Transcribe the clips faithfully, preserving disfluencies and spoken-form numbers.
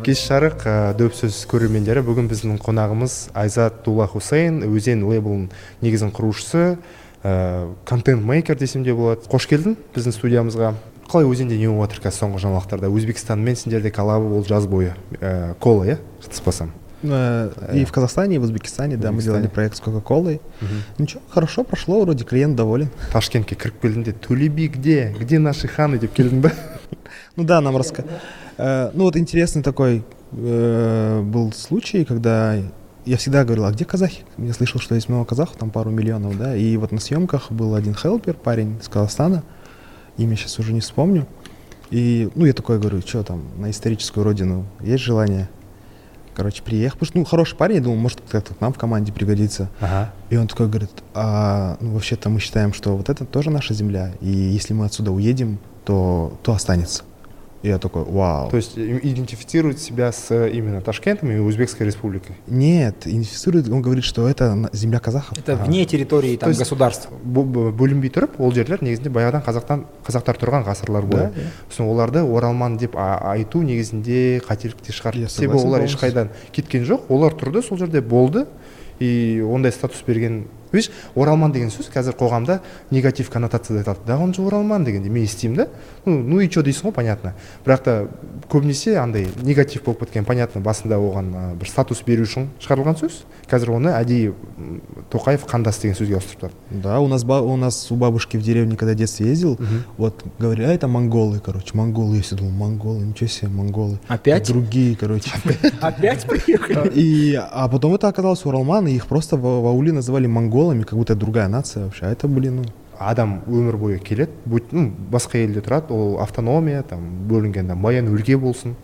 Кеш жарық дөп сөз көрермендері, бүгін біздің қонағымыз Айзат Дулла Хусейн, өзен лейблінің негізін құрушысы, контент-мейкер десем де болады. Қош келдің біздің студиямызға. Қалай өзенде не болып жатыр қазір соңғы жаңалықтарда? Өзбекстанмен сендерде коллабы ол жаз бойы. Кола, иә? Шатаспасам. И в Казахстане, и в Узбекистане, да, мы сделали проект с Кока-Колой. Ничего, хорошо прошло, вроде клиент доволен. Ташкентке кіріп келдің де, Төлеби где? Где наши ханы деп келдің ба? Ну да, нам рассказали. Ну вот интересный такой был случай, когда я всегда говорил, а где казахи? Я слышал, что есть много казахов, там пару миллионов, да. И вот на съемках был один хелпер, парень из Казахстана, имя сейчас уже не вспомню. И, ну, я такой говорю, что там, на историческую родину есть желание? Короче, приехал, потому что, ну, хороший парень, я думал, может, как-то к нам в команде пригодится. Ага. И он такой говорит, а, ну, вообще-то мы считаем, что вот это тоже наша земля, и если мы отсюда уедем, то, то останется. И я такой, вау. То есть идентифицирует себя с именно Ташкентом и Узбекской республикой? Нет, идентифицирует, он говорит, что это земля казахов. Это ага. вне территории там, государства. Бөлінбей тұрып, ол жерлер негізінде баяғыдан қазақтан қазақтар тұрған ғасырлар бойы. Сосын оларды оралман деп айту негізінде қателікте шығар. Себебі олар ешқайдан кеткен жоқ, олар тұрды, сол жерде болды. И ондай статус берген. Видишь, оралман деген сөз қазір қоғамда негатив коннотацияда айтады. Да он же оралман дегенде мен естимін да. Ну, ну и что дейсің ғой, понятно. Бірақ та көбінесе андай негатив болып кеткен, понятно, басында оған бір статус беру үшін шығарылған сөз. Қазір оны әдейі Тоқаев қандас деген сөзге ауыстырыптар. Да, у нас у нас у бабушки в деревне, когда в детстве ездил, вот говорили, а это монголы, короче, монголы. Я все думал, монголы, ничего себе, монголы. Опять? Другие, короче. Опять приехали? И, а потом это оказалось уралман, и их просто в ауле называли монголами, как будто другая нация вообще. А это, блин, ну... Адам өмір бойы келеді, ну, басқа елде тұрады, ол автономия, там, бөлінген баян өлке болсын.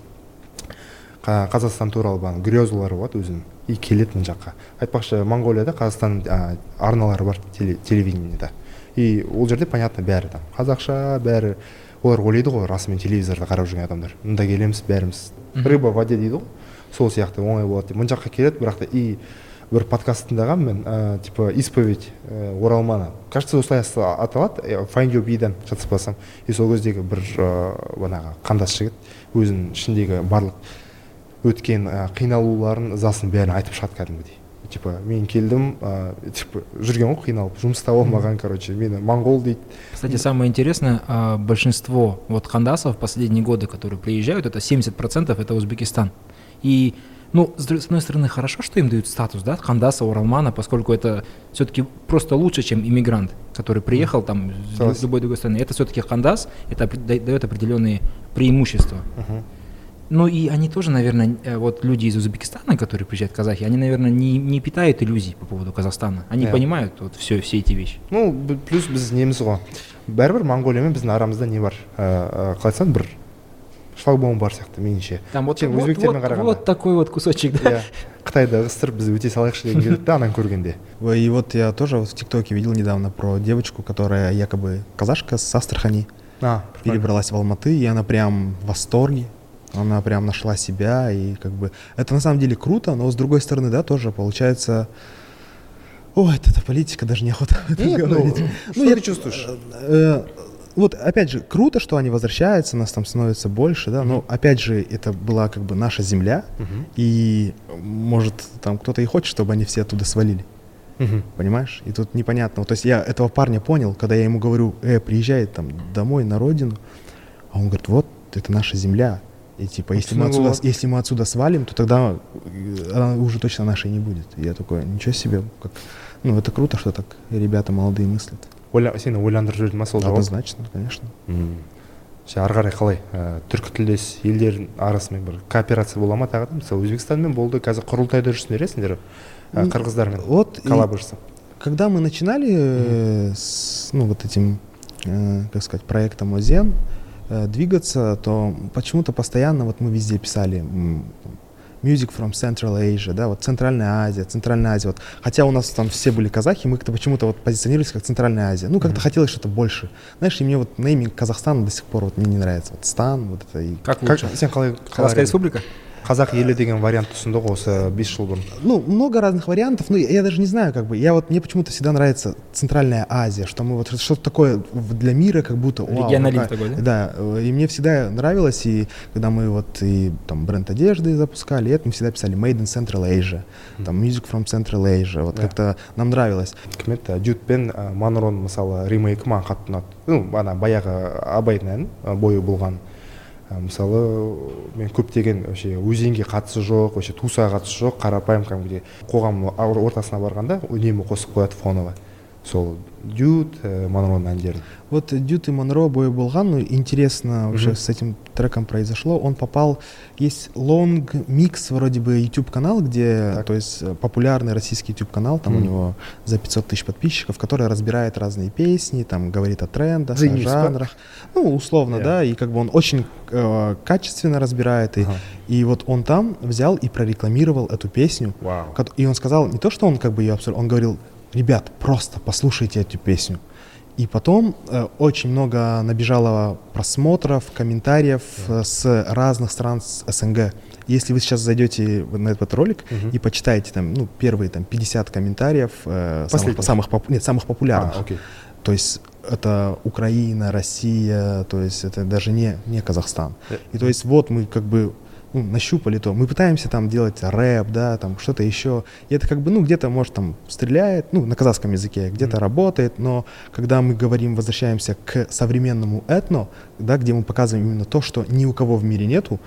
Қазақстан туралы баған грезулары болады өзінің, и келеді мына жаққа. Айтпақшы, Монғолияда Қазақстан арналары бар телевидениеда. И ол жерде понятно бәрі там. Қазақша, бәрі, олар ойлайды ғой, расымен телевизорда қарап жүрген адамдар. Мұнда келеміз, бәріміз рыба в воде дейді ғой. Сол сияқты оңай болады. Мына жаққа келеді, бірақ та и бір подкаст тыңдағам мен, ә, типа исповедь ә, оралмана. Кажется, осылай аталады, Find Your Bee'дан шатаспасам. И сол кездегі бір банағы қандас жігіт өзінің ішіндегі барлық өткен ә, қиналуларын, ызасын бәрін айтып шығады кәдімгідей. Типа мен келдім, ә, типа жүрген ғой қиналып, жұмыста болмаған, короче, мені монгол дейді. Кстати, самое интересное, большинство вот хандасов в последние годы, которые приезжают, это семьдесят процентов это Узбекистан. И ну, с одной стороны, хорошо, что им дают статус, да, хандаса, уралмана, поскольку это все-таки просто лучше, чем иммигрант, который приехал там с любой другой страны. Это все-таки хандас, это дает определенные преимущества. Uh-huh. Ну и они тоже, наверное, вот люди из Узбекистана, которые приезжают в казахи, они, наверное, не, не питают иллюзий по поводу Казахстана. Они yeah. понимают вот все, все эти вещи. Ну, плюс біз неміз ғой. Бәрібір Монголиямен біздің арамызда не бар? Қалай айтсам, бір шлагбаум бар сияқты меніңше. Там вот, вот, вот, вот такой вот кусочек, да? Қытайда ығыстырып біз өте салайықшы деген келеді да, анан көргенде. И вот я тоже в ТикТоке видел недавно про девочку, которая якобы казашка с Астрахани, а, перебралась в Алматы, и она прям в восторге. Она прям нашла себя, и как бы... Это на самом деле круто, но с другой стороны, да, тоже получается... Ой, это, это политика, даже неохота об этом говорить. Ну, ну, что я... ты чувствуешь? Вот опять же, круто, что они возвращаются, нас там становится больше, да, но опять же, это была как бы наша земля, uh-huh. и может там кто-то и хочет, чтобы они все оттуда свалили, uh-huh. понимаешь? И тут непонятно, то есть я этого парня понял, когда я ему говорю, э, приезжай там домой, на родину, а он говорит, вот, это наша земля, и типа, если мы, отсюда, если мы отсюда свалим, то тогда она уже точно нашей не будет. И я такой, ничего себе, как... ну это круто, что так ребята молодые мыслят. Сені ойландырып жүрді ма сол жауап? Однозначно, конечно. Ары қарай қалай түркі тілдес елдер арасымен бір кооперация бола ма тағы да? Мысалы Өзбекстанмен болды, қазір құрылтайда жүрсіңдер, сендер қырғыздармен коллабо жасап. Когда мы начинали с, ну, вот этим, как сказать, проектом ОЗЕН двигаться, то почему-то постоянно вот мы везде писали Music from Central Asia, да, вот Центральная Азия, Центральная Азия. Вот. Хотя у нас там все были казахи, мы как-то почему-то вот позиционировались как Центральная Азия. Ну, как-то mm-hmm. хотелось что-то больше. Знаешь, и мне вот нейминг Казахстана до сих пор вот мне не нравится. Вот Стан, вот это. И... Как лучше? Казахская республика? қазақ елі деген вариант ұсынды ғой осы бес жыл бұрын. Ну, много разных вариантов, ну, я даже не знаю, как бы, я вот, мне почему-то всегда нравится Центральная Азия, что мы вот что-то такое для мира, как будто, вау, регионализм какая- такой, да? Да, и мне всегда нравилось, и когда мы вот и там бренд одежды запускали, это мы всегда писали Made in Central Asia, там Music from Central Asia, вот Да. как-то нам нравилось. Кім еді дюд пен ә, манрон мысалы ремейкі маған қатты ұнады. Ну ана баяғы абайдың ән ә, бойы болған. Ә, мысалы мен көптеген вообще өзенге қатысы жоқ, вообще тусаға қатысы жоқ, қарапайым кәдімгідей қоғам ортасына барғанда үнемі қосып қояды фоново. Сол дюд ә, манрон әндерін. Вот Дют и Монро, Бой Булган, ну, интересно вообще Мгм. с этим треком произошло. Он попал, есть Long Mix, вроде бы YouTube-канал, где, Так. то есть э, популярный российский YouTube-канал, там у Мгм. него за пятьсот тысяч подписчиков, который разбирает разные песни, там говорит о трендах, о Зенит, да? жанрах. Ну, условно, Yeah. да, и как бы он очень э, качественно разбирает. И, Ага. и вот он там взял и прорекламировал эту песню. Вау. Кот- И он сказал не то, что он как бы ее абсолютно, он говорил, ребят, просто послушайте эту песню. И потом э, очень много набежало просмотров, комментариев э, с разных стран с СНГ. Если вы сейчас зайдете в- на этот ролик Мгм. и почитаете там, ну, первые там пятьдесят комментариев э, самых, Последних? самых, поп- нет, самых популярных. А, окей. То есть это Украина, Россия, то есть это даже не, не Казахстан. Э, И то есть вот мы как бы ну, нащупали то. Мы пытаемся там делать рэп, да, там что-то еще. И это как бы, ну, где-то, может, там стреляет, ну, на казахском языке, где-то Мгм. работает, но когда мы говорим, возвращаемся к современному этно, да, где мы показываем именно то, что ни у кого в мире нету,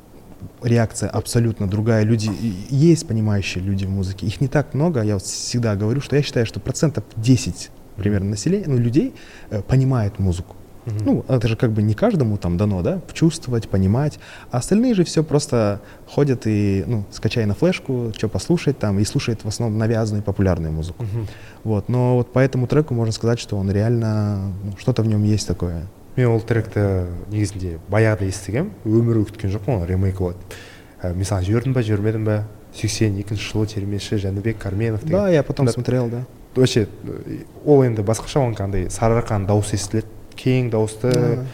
реакция абсолютно другая. Люди, и- есть понимающие люди в музыке, их не так много. Я вот всегда говорю, что я считаю, что процентов десять примерно населения, ну, людей э, понимает музыку. Мгм. Ну, это же как бы не каждому там дано, да, чувствовать, понимать. А остальные же все просто ходят и, ну, скачай на флешку, что послушать там, и слушают в основном навязанную и популярную музыку. Мгм. Вот, но вот по этому треку можно сказать, что он реально, ну, что-то в нем есть такое. Мен ол тректі негізінде баяғыда естігем, өмірі өткен жоқ қой, оны ремейк болады. Ә, мен саған жібердім ба, жібермедім ба, сексен екінші жылы термеші Жәнібек Карменов деген. Да, я потом Да. смотрел, да. Вообще ол енді басқаша оның қандай сарыарқан дауысы естіледі, кең дауысты, Да.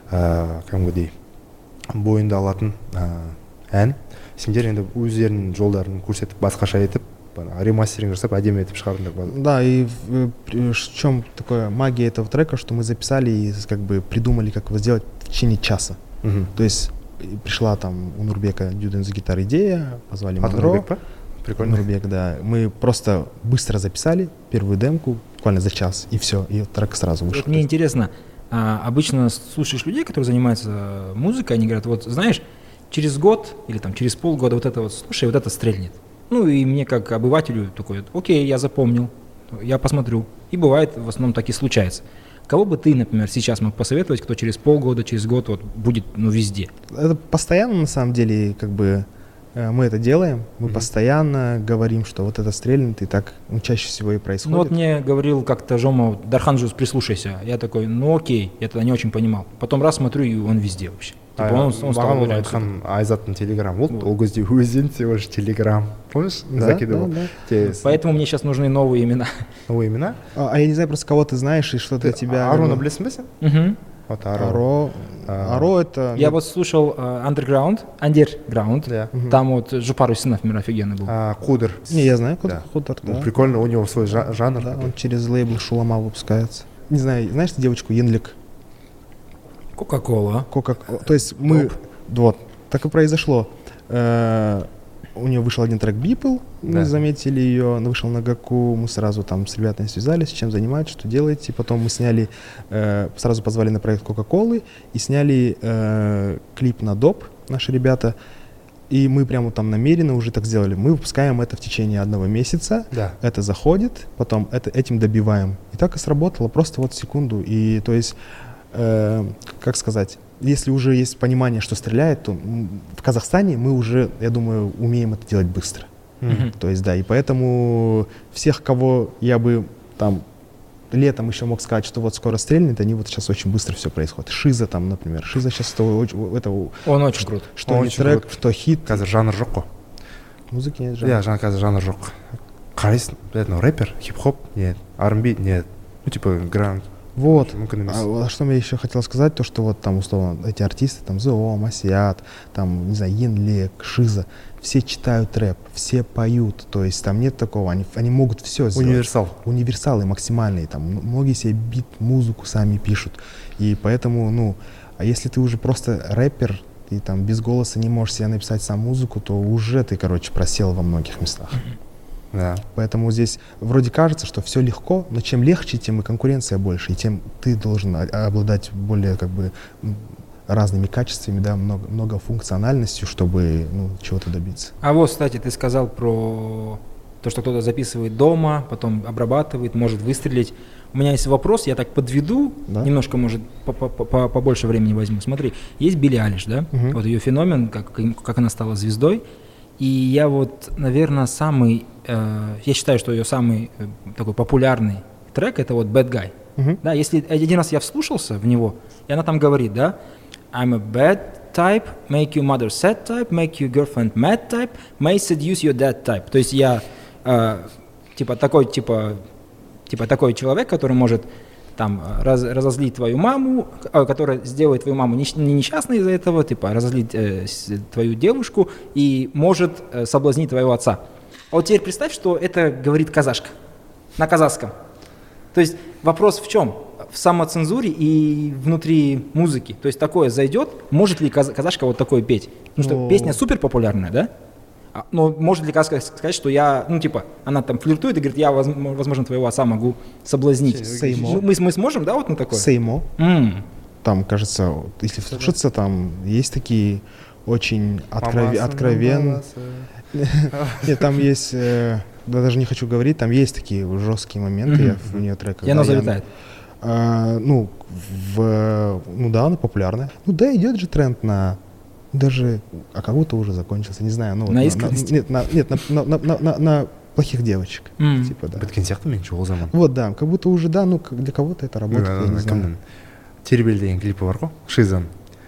ә, кәдімгідей бойында алатын ә, ән. Сендер енді өздерінің жолдарын көрсетіп басқаша етіп ана ремастеринг жасап әдемі етіп шығардыңдар. Да, и в, э, при- в чем такое магия этого трека, что мы записали и как бы придумали, как его сделать в течение часа. Мгм. То есть э, пришла там у Нурбека Дюден за гитар идея, позвали Аты Монро. Нұрбек па? Прикольно. Нурбек, да. Мы просто быстро записали первую демку, буквально за час, и все, и трек сразу вышел. Вот мне интересно, а, обычно слушаешь людей, которые занимаются музыкой, они говорят, вот знаешь, через год или там через полгода вот это вот слушай, вот это стрельнет. Ну и мне как обывателю такой, окей, я запомнил, я посмотрю. И бывает, в основном так и случается. Кого бы ты, например, сейчас мог посоветовать, кто через полгода, через год вот будет, ну, везде? Это постоянно, на самом деле, как бы э, мы это делаем, мы Мгм. постоянно говорим, что вот это стрельнет, и так ну, чаще всего и происходит. Ну вот мне говорил как-то Жома, вот, Дарханджус, прислушайся. Я такой, ну окей, я тогда не очень понимал. Потом раз смотрю, и он везде вообще. Типа он, он стал маған оны реально айтқан айзаттың телеграм болды, Вот. ол кезде өзен всего лишь телеграм, помнишь, Да, закидывал да, да. те супер. Поэтому мне сейчас нужны новые имена. новые имена. А, а я не знаю просто, кого ты знаешь, и что для тебя... Ароны ну, білесің бе сен? Мгм. Вот Аро. Аро. А. Аро это... Я ну, вот слушал э, Underground, Underground. Да. мгм. Там вот Жупар Усинов, например, офигенный был. А, Кудр. Не, я знаю, кто Да. Худар, Ну, да. прикольно, у него свой жа- жанр. Да, такой. он через лейбл Шулама выпускается. Не знаю, знаешь ты девочку Янлик? Кока-кола. Кока... То есть мы... Вот, так и произошло. Э, У нее вышел один трек Beeple, мы Да. заметили ее, она вышел на Гаку, мы сразу там с ребятами связались, чем занимаетесь, что делаете. Потом мы сняли, э, сразу позвали на проект Кока-Колы и сняли э, клип на доп, наши ребята. И мы прямо там намеренно уже так сделали. Мы выпускаем это в течение одного месяца. Да. Это заходит, потом это, этим добиваем. И так и сработало, просто вот секунду. И то есть, э, как сказать, если уже есть понимание, что стреляет, то м, в Казахстане мы уже, я думаю, умеем это делать быстро. Мгм. То есть, да, и поэтому всех, кого я бы там летом еще мог сказать, что вот скоро стрельнет, они вот сейчас очень быстро все происходит. Шиза там, например. Шиза сейчас это, очень- это Он очень крут. что не Очень трек, круто. что хит. Қазір жанр жоқ қой. Музыки нет жанра. Иә, жаңа қазір жанр жоқ. Қарайсың, блядь, ну рэпер, хип-хоп, нет, ар энд би, нет. Ну, типа, грант. Вот. мүмкін емес. А, вот, а что я еще хотел сказать, то что вот там условно эти артисты, там Зоом, Асиат, там, не знаю, Йенлек, Шиза, все читают рэп, все поют, то есть там нет такого, они, они могут все сделать. Универсал. Универсалы максимальные, там многие себе бит, музыку сами пишут, и поэтому, ну, а если ты уже просто рэпер, и там без голоса не можешь себе написать сам музыку, то уже ты, короче, просел во многих местах. Да. Поэтому здесь вроде кажется, что все легко, но чем легче, тем и конкуренция больше, и тем ты должен о- обладать более как бы м, разными качествами, да, много, многофункциональностью, чтобы ну, чего-то добиться. А вот, кстати, ты сказал про то, что кто-то записывает дома, потом обрабатывает, может выстрелить. У меня есть вопрос, я так подведу, Да? немножко, может, по- по- по- побольше времени возьму. Смотри, есть Билли Айлиш, да? Мгм. Вот ее феномен, как, как она стала звездой. И я вот, наверное, самый, э, я считаю, что ее самый э, такой популярный трек — это вот Bad Guy. Мгм. Да, если один раз я вслушался в него, и она там говорит, да, I'm a bad type, make your mother sad type, make your girlfriend mad type, may seduce your dad type. То есть я э, типа такой, типа, типа такой человек, который может там раз- разозлить твою маму, э, который сделает твою маму несч- не несчастной из-за этого, типа разозлить э, с- твою девушку и может э, соблазнить твоего отца. А вот теперь представь, что это говорит казашка на казахском. То есть вопрос в чем? В самоцензуре и внутри музыки. То есть такое зайдет, может ли каз- казашка вот такое петь? Потому что Ну. песня супер популярная, да? А, Но может ли казашка сказать, что я, ну типа, она там флиртует и говорит, я, воз- возможно, твоего отца могу соблазнить. Сеймо. Мы, мы- мы сможем, да, вот на такое? Сеймо, М. там, кажется, вот если вслушаться, там есть такие очень открове- Мамасының откровенные... баласы. Нет, там есть, э, да, даже не хочу говорить, там есть такие жесткие моменты я Мгм. в нее треках. И оно да, я- залетает. А, ну, в, ну да, она популярная. Ну да, идет же тренд на даже, а как будто уже закончился, не знаю, ну вот На искренности? нет, на, нет, на, на, на, на- на- на плохих девочек, М. типа да. Біткен сияқты меніңше ол заман. Вот да, как будто уже да, ну как для кого-то это работает, я не знаю. кімнің тербел деген клипі бар ғой шизаның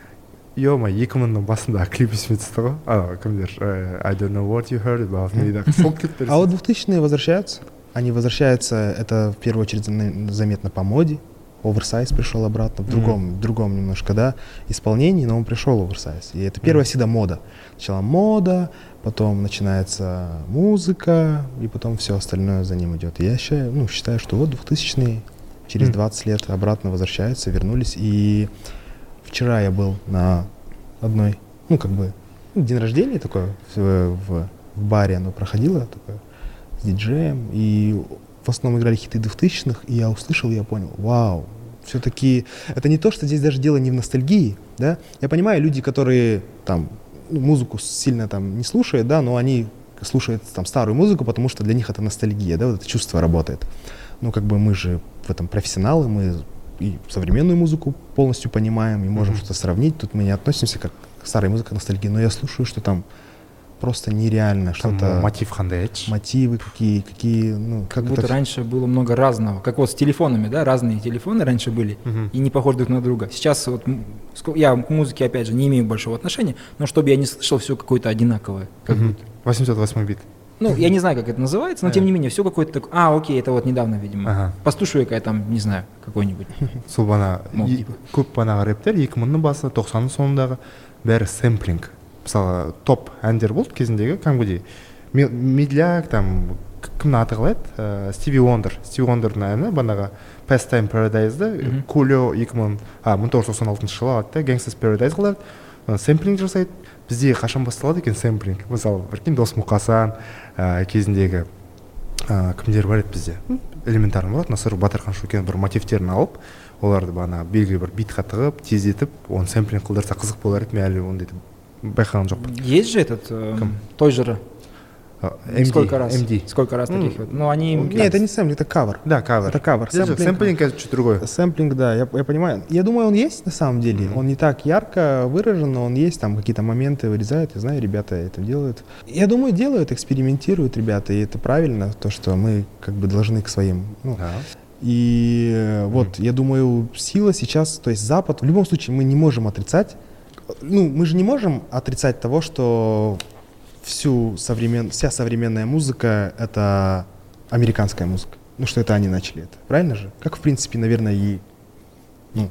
ё-ма екі мыңның басында клип есіме түсті ғой а кімдер э, I don't know what you heard about me да, сол клиптер А вот двухтысячные возвращаются, они возвращаются, это в первую очередь заме- заметно по моде. Оверсайз пришел обратно в другом, другом немножко, да, исполнении, но он пришел оверсайз. И это первая всегда мода. Сначала мода, потом начинается музыка, и потом все остальное за ним идет. И я считаю, ну, считаю, что вот двухтысячные через Мгм. двадцать лет обратно возвращаются, вернулись. И вчера я был на одной, ну, как бы, ну, день рождения такое, в, в, в баре оно проходило, такое, с диджеем, и в основном играли хиты двухтысячных, и я услышал, и я понял, вау, все-таки это не то, что здесь даже дело не в ностальгии, да, я понимаю, люди, которые там ну, музыку сильно там не слушают, да, но они слушают там старую музыку, потому что для них это ностальгия, да, вот это чувство работает. Ну, как бы мы же в этом профессионалы, мы и современную музыку полностью понимаем, и можем Мгм. что-то сравнить, тут мы не относимся как к старой музыке, к ностальгии, но я слушаю, что там просто нереально, там что-то... мотив қандай айтшы Мотивы какие, какие, ну, Как как будто это... раньше было много разного. Как вот с телефонами, да, разные телефоны раньше были Мгм. и не похожи друг на друга. Сейчас вот м, ско- я к музыке, опять же, не имею большого отношения, но чтобы я не слышал все какое-то одинаковое. Как Мгм. будто. восемьдесят восьмой бит Ну, я не знаю, как это называется, но Да. тем не менее, все какое-то такое. А, окей, это вот недавно, видимо. Ага. Послушаю-ка я там, не знаю, какой-нибудь. сол бана Мол, и- типа. көп банағы рэптер екі мыңның басы тоқсанның соңындағы бәрі сэмплинг мысалы топ әндер болды кезіндегі кәдімгідей Ме- медляк там к- кімнің аты қалай еді Ә, стиви вондер стиви вондердің әні банағы Pastime Paradise'ды Мгм. кулио екі мың а мың тоғыз жүз тоқсан алтыншы жылы алады да Gangsta's Paradise қылады ы, сэмплинг жасайды бізде қашан басталады екен сэмплинг мысалы прикинь дос мұқасан ә, кезіндегі ә, кімдер бар еді бізде элементарно болады насыр батырхан шөкенов бір мотивтерін алып оларды бағана белгілі бір битқа тығып тездетіп оны сэмплинг қылдырса қызық болар еді мен әлі ондайды байқаған жоқпын Есть же этот э, Ком? той же. А, эм ди, Сколько раз? эм ди. Сколько раз Ну, таких вот. Ну, они. Не, это не сэмплинг, это кавер. Да, кавер. Это кавер. Здесь же сэмплинг это что-то другое. Сэмплинг, да, я, я понимаю. Я думаю, он есть на самом деле. Мгм. Он не так ярко выражен, но он есть, там какие-то моменты вырезают. Я знаю, ребята это делают. Я думаю, делают, экспериментируют ребята, и это правильно, то, что мы как бы должны к своим... Ну, Да. И э, вот, я думаю, сила сейчас, то есть Запад, в любом случае мы не можем отрицать, ну, мы же не можем отрицать того, что всю современ... вся современная музыка — это американская музыка. Ну, что это они начали это. Правильно же? Как, в принципе, наверное, и ну,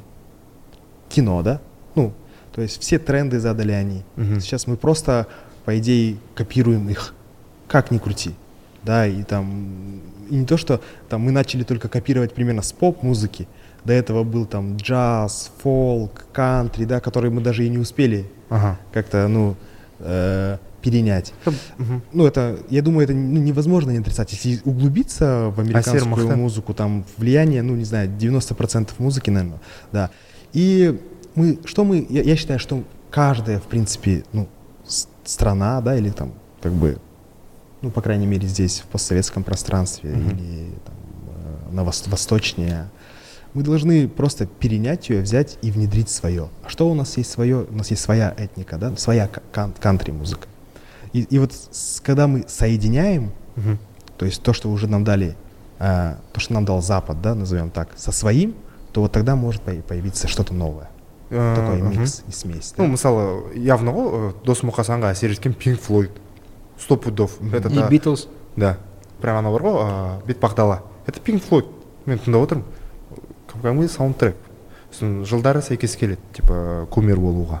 кино, да? Ну, то есть все тренды задали они. Мгм. Сейчас мы просто, по идее, копируем их. Как ни крути. Да, и там, и не то, что там мы начали только копировать примерно с поп-музыки. До этого был там джаз, фолк, кантри, да, которые мы даже и не успели Ага. как-то, ну, э, перенять. Мгм. Ну, это, я думаю, это ну, невозможно не отрицать. Если углубиться в американскую мықты. музыку, там влияние, ну, не знаю, девяносто процентов музыки, наверное, да. И мы, что мы, я, я считаю, что каждая, в принципе, ну, с- страна, да, или там, как бы, ну, по крайней мере, здесь, в постсоветском пространстве, Мгм. или там, э, на вос- восточнее, мы должны просто перенять ее, взять и внедрить свое. А что у нас есть свое? У нас есть своя этника, да, своя кан- кантри-музыка. И, и вот с- когда мы соединяем, Мгм. то есть то, что уже нам дали, э, то, что нам дал Запад, да, назовем так, со своим, то вот тогда может пой- появиться что-то новое. Э, Такой мгм. микс и смесь. Ну, да. мысалы, явно ғой, э, дос мұқасанға әсер еткен Pink Floyd. Сто пудов. Это И да. Битлз. Да. Прям ана бар ғой, ә, бетпақдала. Это Pink Floyd. Мен тыңдап отырмын. Кәдімгі саундтрек. Сосын жылдары сәйкес келеді, типа кумир болуға.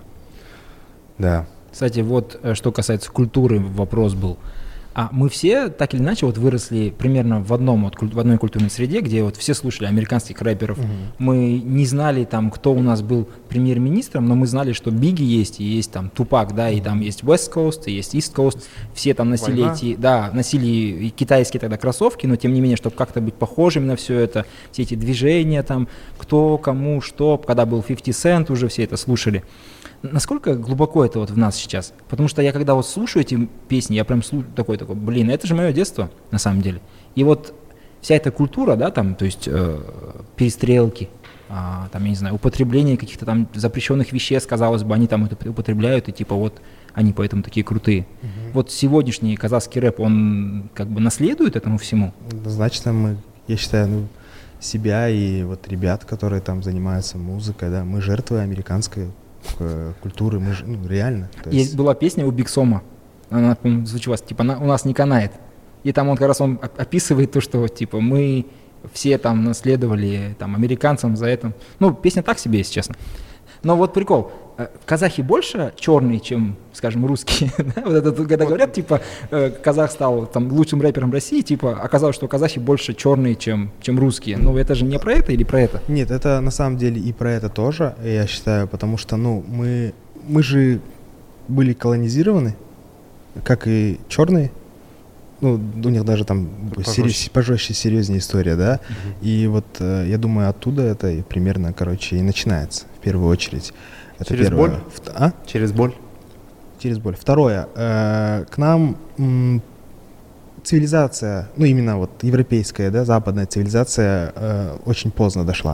Да. Кстати, вот э, что касается культуры, вопрос был. А мы все так или иначе вот выросли примерно в одном вот, куль- в одной культурной среде, где вот все слушали американских рэперов. Мгм. Мы не знали там, кто у нас был премьер-министром, но мы знали, что Бигги есть, и есть там Тупак, да, и там есть West Coast, и есть East Coast. Все там носили Война. эти, да, носили и китайские тогда кроссовки, но тем не менее, чтобы как-то быть похожими на все это, все эти движения там, кто, кому, что, когда был пятьдесят Cent, уже все это слушали. Насколько глубоко это вот в нас сейчас? Потому что я когда вот слушаю эти песни, я прям слушаю такой, такой, блин, это же мое детство на самом деле. И вот вся эта культура, да, там, то есть э, перестрелки, а, там, я не знаю, употребление каких-то там запрещенных веществ, казалось бы, они там это употребляют, и типа вот они поэтому такие крутые. Вот сегодняшний казахский рэп, он как бы наследует этому всему? Однозначно мы, я считаю, ну, себя и вот ребят, которые там занимаются музыкой, да, мы жертвы американской э, культуры, мы ж- ну, реально. То Есть есть- была песня у Биг Сома, она, по-моему, звучала, типа, «На- у нас не канает». И там он как раз он оп- описывает то, что, типа, мы все там наследовали там, американцам за это. Ну, песня так себе, если честно. Но вот прикол, э, казахи больше черные, чем, скажем, русские. да? Вот это, когда говорят, типа, э, казах стал там лучшим рэпером России, типа, оказалось, что казахи больше черные, чем, чем русские. Ну, это же не про это или про это? Нет, это на самом деле и про это тоже, я считаю, потому что, ну, мы, мы же были колонизированы, как и черные. Ну, у них даже там Пожестче. серьез- пожестче, серьезнее история, да. И вот э, я думаю, оттуда это и примерно, короче, и начинается в первую очередь. Это Через первое. боль? Вт- а? Через боль. Через боль. Второе. э, к нам м, цивилизация, ну именно вот европейская, да, западная цивилизация э, очень поздно дошла.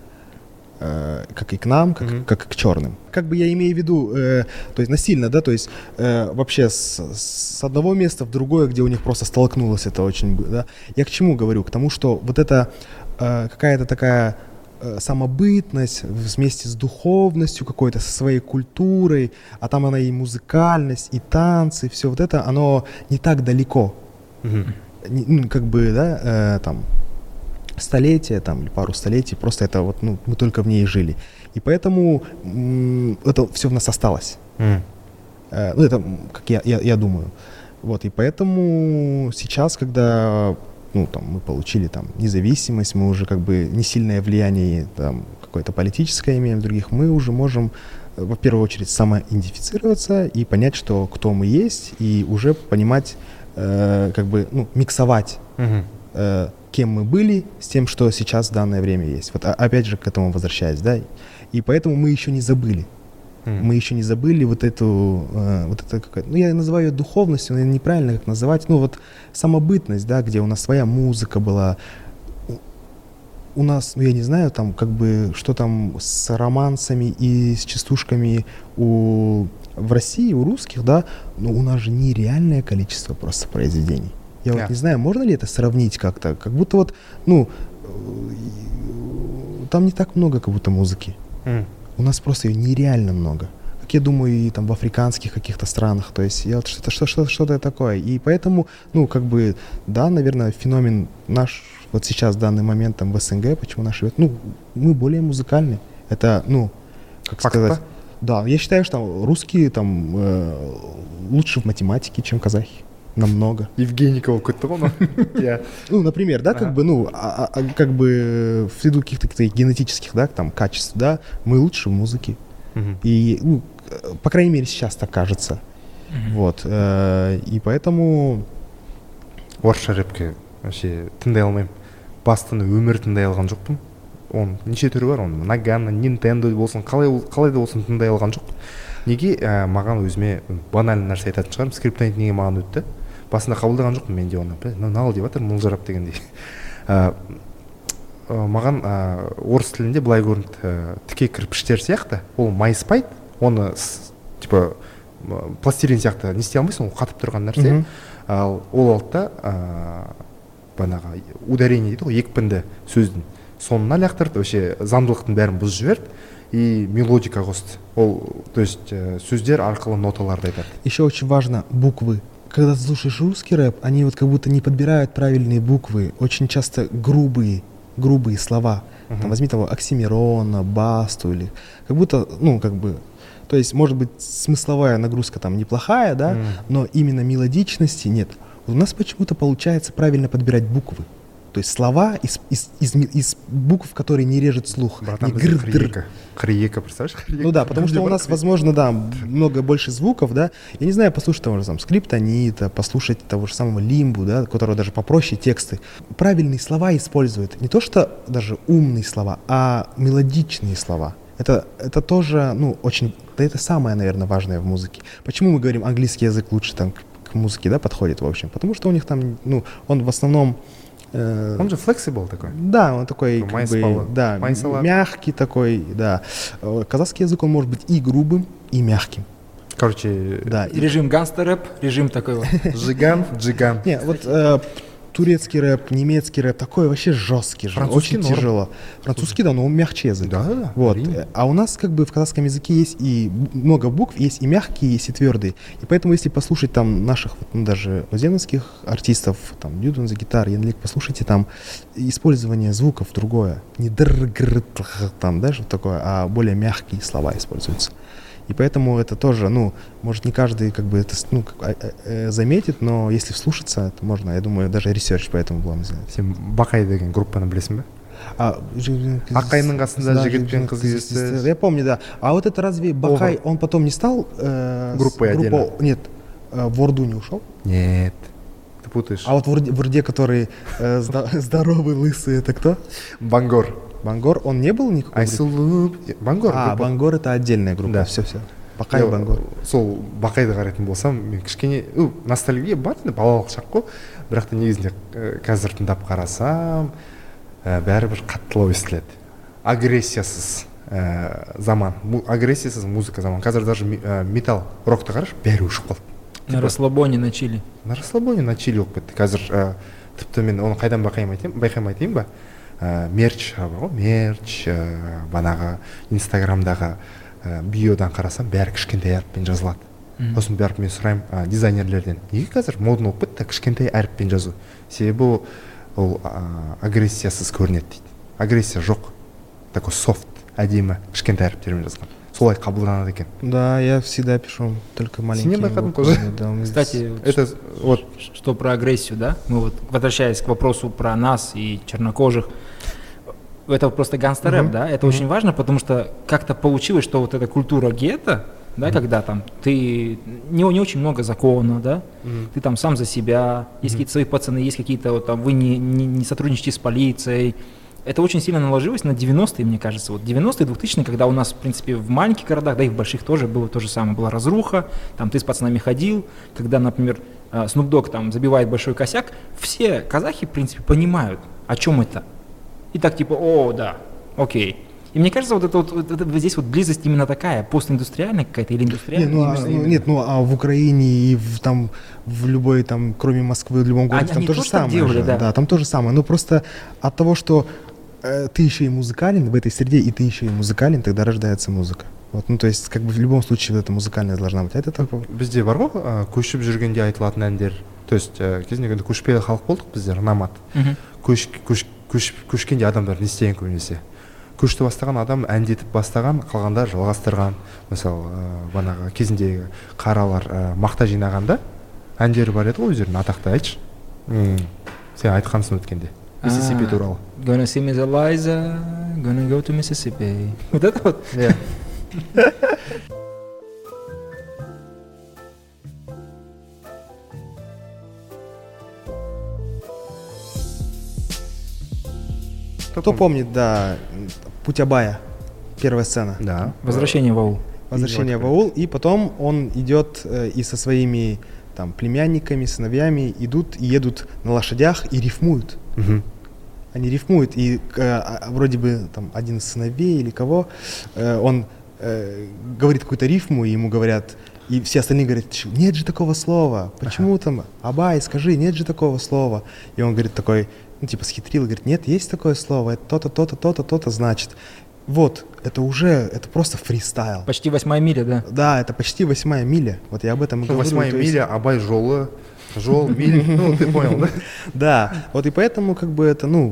Э, как и к нам, как, Мгм. как и к черным. Как бы я имею в виду, э, то есть насильно, да, то есть э, вообще с, с одного места в другое, где у них просто столкнулось это очень, бы- да. Я к чему говорю? К тому, что вот это э, какая-то такая э, самобытность вместе с духовностью какой-то, со своей культурой, а там она и музыкальность, и танцы, все вот это, оно не так далеко. Мгм. Не- ну, как бы, да, э, там, столетия, там, или пару столетий, просто это вот, ну, мы только в ней жили. И поэтому м, это все в нас осталось. М. Э, ну, это, м, как я, я, я думаю. Вот, и поэтому сейчас, когда, ну, там, мы получили, там, независимость, мы уже, как бы, не сильное влияние, там, какое-то политическое имеем в других, мы уже можем, э, во первую очередь, самоидентифицироваться и понять, что кто мы есть, и уже понимать, э, как бы, ну, миксовать Мгм. э, кем мы были, с тем, что сейчас в данное время есть. Вот а- опять же к этому возвращаясь, да. И поэтому мы еще не забыли. М. Мы еще не забыли вот эту, э, вот это какая-то, ну я называю ее духовностью, но неправильно как называть, ну вот самобытность, да, где у нас своя музыка была. У- У нас, ну я не знаю, там как бы, что там с романсами и с частушками у, в России, у русских, да, но у нас же нереальное количество просто произведений. Я Да. вот не знаю, можно ли это сравнить как-то, как будто вот, ну, э, там не так много как будто музыки. М. У нас просто ее нереально много. Как я думаю, и там в африканских каких-то странах. То есть я вот что-то, что, что, что-то такое. И поэтому, ну, как бы, да, наверное, феномен наш вот сейчас, в данный момент, там, в СНГ, почему наш живет, ну, мы более музыкальны. Это, ну, как Факт, сказать... да? Да, я считаю, что русские там э, лучше в математике, чем казахи. Намного. Евгеникова кетті ғой иә. Ну, например, да, как Ага. бы, ну, а- а- как бы ввиду каких-то каких-то генетических, да, там, качеств, да, мы лучше в музыке. Мгм. И, ну, э, по крайней мере, сейчас так кажется. Вот. э, И поэтому... орысша рэпке вообще тыңдай алмаймын. Бастан өмір тыңдай алған жоқпын. Оның неше түрі бар, оның Nagano, Nintendo болсын, қалай бол- қалай да болсын тыңдай алған жоқ. Неге ә, маған өзіме банальный нәрсе айтатын шығармын, скриптонит неге маған өтті. Басында қабылдаған жоқпын мен де оны. Мынау деп жатыр, мылжырап дегендей. Ә, ә, маған ә, орыс тілінде былай көрінді, ә, тіке кірпіштер сияқты, ол майыспайды, оны с- типа м, пластилин сияқты не істей алмайсың, ол қатып тұрған нәрсе. Мгм. Ал ол алды да банағы ударение дейді ғой, екпінді сөздің соңына лақтырды, вообще заңдылықтың бәрін бұзып жіберді и мелодика қосты. Ол, то есть ә, сөздер арқылы ноталарды айтады. Еще очень важно буквы. Когда ты слушаешь русский рэп, они вот как будто не подбирают правильные буквы. Очень часто грубые, грубые слова. Мгм. Там возьми того Оксимирона, Басту или... Как будто, ну, как бы... То есть, может быть, смысловая нагрузка там неплохая, да, Мгм. но именно мелодичности нет. У нас почему-то получается правильно подбирать буквы. То есть слова из, из, из, ми- из букв, которые не режет слух. Братан, Не бізде гр-др. қырық екі қырық екі, представляешь? қырық екі. Ну да, потому что у нас, возможно, да, много больше звуков, да. Я не знаю, послушать того же там скриптонита, послушать того же самого лимбу, да, у которого даже попроще тексты. Правильные слова используют. Не то, что даже умные слова, а мелодичные слова. Это, это тоже, ну, очень... Да это самое, наверное, важное в музыке. Почему мы говорим, английский язык лучше там к, к музыке, да, подходит, в общем? Потому что у них там, ну, он в основном... э, Он же flexible такой. да, он такой, Ну, как майсалат. бы, да, Майсалат. мягкий такой, да. Э, Казахский язык, он может быть и грубым, и мягким. Короче, Да. и- Режим гангстер-рэп, режим такой вот. жиган, джиган. Не, вот э, турецкий рэп, немецкий рэп, такой вообще жесткий, же, Французский очень норм. тяжело. Французский, да, но он мягче язык. Да, да, да. Вот. әрине. э, А у нас как бы в казахском языке есть и б- много букв, есть и мягкие, есть и твердые. И поэтому если послушать там наших, вот, ну, даже озеновских артистов, там, Дюдун за гитар, Янлик, послушайте там использование звуков другое. Не др гр тх, там, да, что такое, а более мягкие слова используются. И поэтому это тоже, ну, может, не каждый как бы это с- ну, как- а- а- э, заметит, но если вслушаться, то можно, я думаю, даже ресерч по этому было сделать. Сен Бақай деген группаны білесің бе? А, ж- Аққайдың қасында да, жігіт пен жігіт қыз пен кездесті. Я помню, да. А вот это разве Бакай, он потом не стал... э, с Группой отдельно? Нет, э, в Орду не ушел? Нет, ты путаешь. А вот в Орде, в Орде, который э, зда- здоровый, лысый, это кто? Бангор. Бангор, он не был никакой? группы? Айсулу. Бангор. А, группа. Бангор это отдельная группа, Да. все-все. Бакай, Иә, Бангор. сол Бақайды қарайтын болсам, мен кішкене у, ностальгия бар енді, балалық шақ қой, бірақ та негізінде ә, қазір тыңдап қарасам ә, бәрібір қаттылау естіледі. Агрессиясыз ә, заман, Му- агрессиясыз музыка заман. Қазір даже ми- ә, металл рокты қарашы, бәрі өшіп қалды. На расслабоне, на чили. На расслабоне, на чили болып кетті. Қазір ә, тіпті мен оны қайдан байқаймын айтайын, байқаймын айтайын ба? Ә, мерч бар ғой, мерч, ә, банағы инстаграмдағы ә, биодан қарасам бәрі кішкентай әріппен жазылады. Мгм. Сосын барып мен сұраймын ә, дизайнерлерден, неге қазір модно болып кетті кішкентай әріппен жазу? Себебі ол- ол ә, агрессиясыз көрінеді дейді. Агрессия жоқ, такой софт, әдемі кішкентай әріптермен жазған. Солай қабылданады екен. Да, я всегда пишу только маленькие Синема хатом буквы, тоже. да, у меня Кстати, вот Это вот ш- что про агрессию, да? Мы вот, возвращаясь к вопросу про нас и чернокожих, это просто гангстер-рэп, Мгм. да? Это очень важно, потому что как-то получилось, что вот эта культура гетто, да, когда там ты не, не очень много закона, да, Мгм. ты там сам за себя, есть какие-то свои пацаны, есть какие-то вот там, вы не, не, не сотрудничаете с полицией. Это очень сильно наложилось на девяностые, мне кажется. Вот девяностые, двухтысячные, когда у нас, в принципе, в маленьких городах, да и в больших тоже было то же самое. Была разруха, там ты с пацанами ходил, когда, например, э, Snoop Dogg там забивает большой косяк, все казахи, в принципе, понимают, о чем это. И так типа, о, да, окей. И мне кажется, вот это вот, вот это вот здесь вот близость именно такая, постиндустриальная какая-то или Не, индустриальная. ну, а, именно- ну, именно. нет, ну а в Украине и в, там в любой там, кроме Москвы, в любом городе, Они- там они то же тоже так самое. делали, же, да. там то же самое. Но просто от того, что э, ты еще и музыкален в этой среде, и ты еще и музыкален, тогда рождается музыка. Вот, ну то есть, как бы в любом случае вот эта музыкальная должна быть. А это такое. бізде бар ғой ә, көшіп жүргенде айтылатын әндер, то есть ә, кезінде көшпелі халық болдық біздер, номад. Мгм. көш, көш, көш, көшкенде адамдар не істеген көбінесе көшті бастаған адам әндетіп бастаған, қалғандар жалғастырған. Мысалы ә, банағы кезіндегі қаралар ә, мақта жинағанда әндері бар еді ғой өздерінің атақты. Айтшы. М, сен айтқансың өткенде Миссисипи туралы. Gonna see Miss Eliza, gonna go to Mississippi. Вот это вот? Иә. Кто помнит, да, Путь Абая, первая сцена. Да. Возвращение в аул. Возвращение в аул, и потом он идет э, и со своими там племянниками, сыновьями идут и едут на лошадях и рифмуют. Мгм. Они рифмуют, и э, вроде бы там один из сыновей или кого, э, он э, говорит какую-то рифму, и ему говорят, и все остальные говорят, «Чё, нет же такого слова, почему там, Абай, скажи, нет же такого слова». И он говорит такой, ну типа схитрил, говорит, нет, есть такое слово, это то-то, то-то, то-то, то-то значит. Вот, это уже, это просто фристайл. Почти восьмая миля, да. Да, это почти восьмая миля, вот я об этом и говорю. Восьмая то есть- миля, Абай жолы, жол, миль, ну ты понял, да? Да, вот и поэтому как бы это, ну,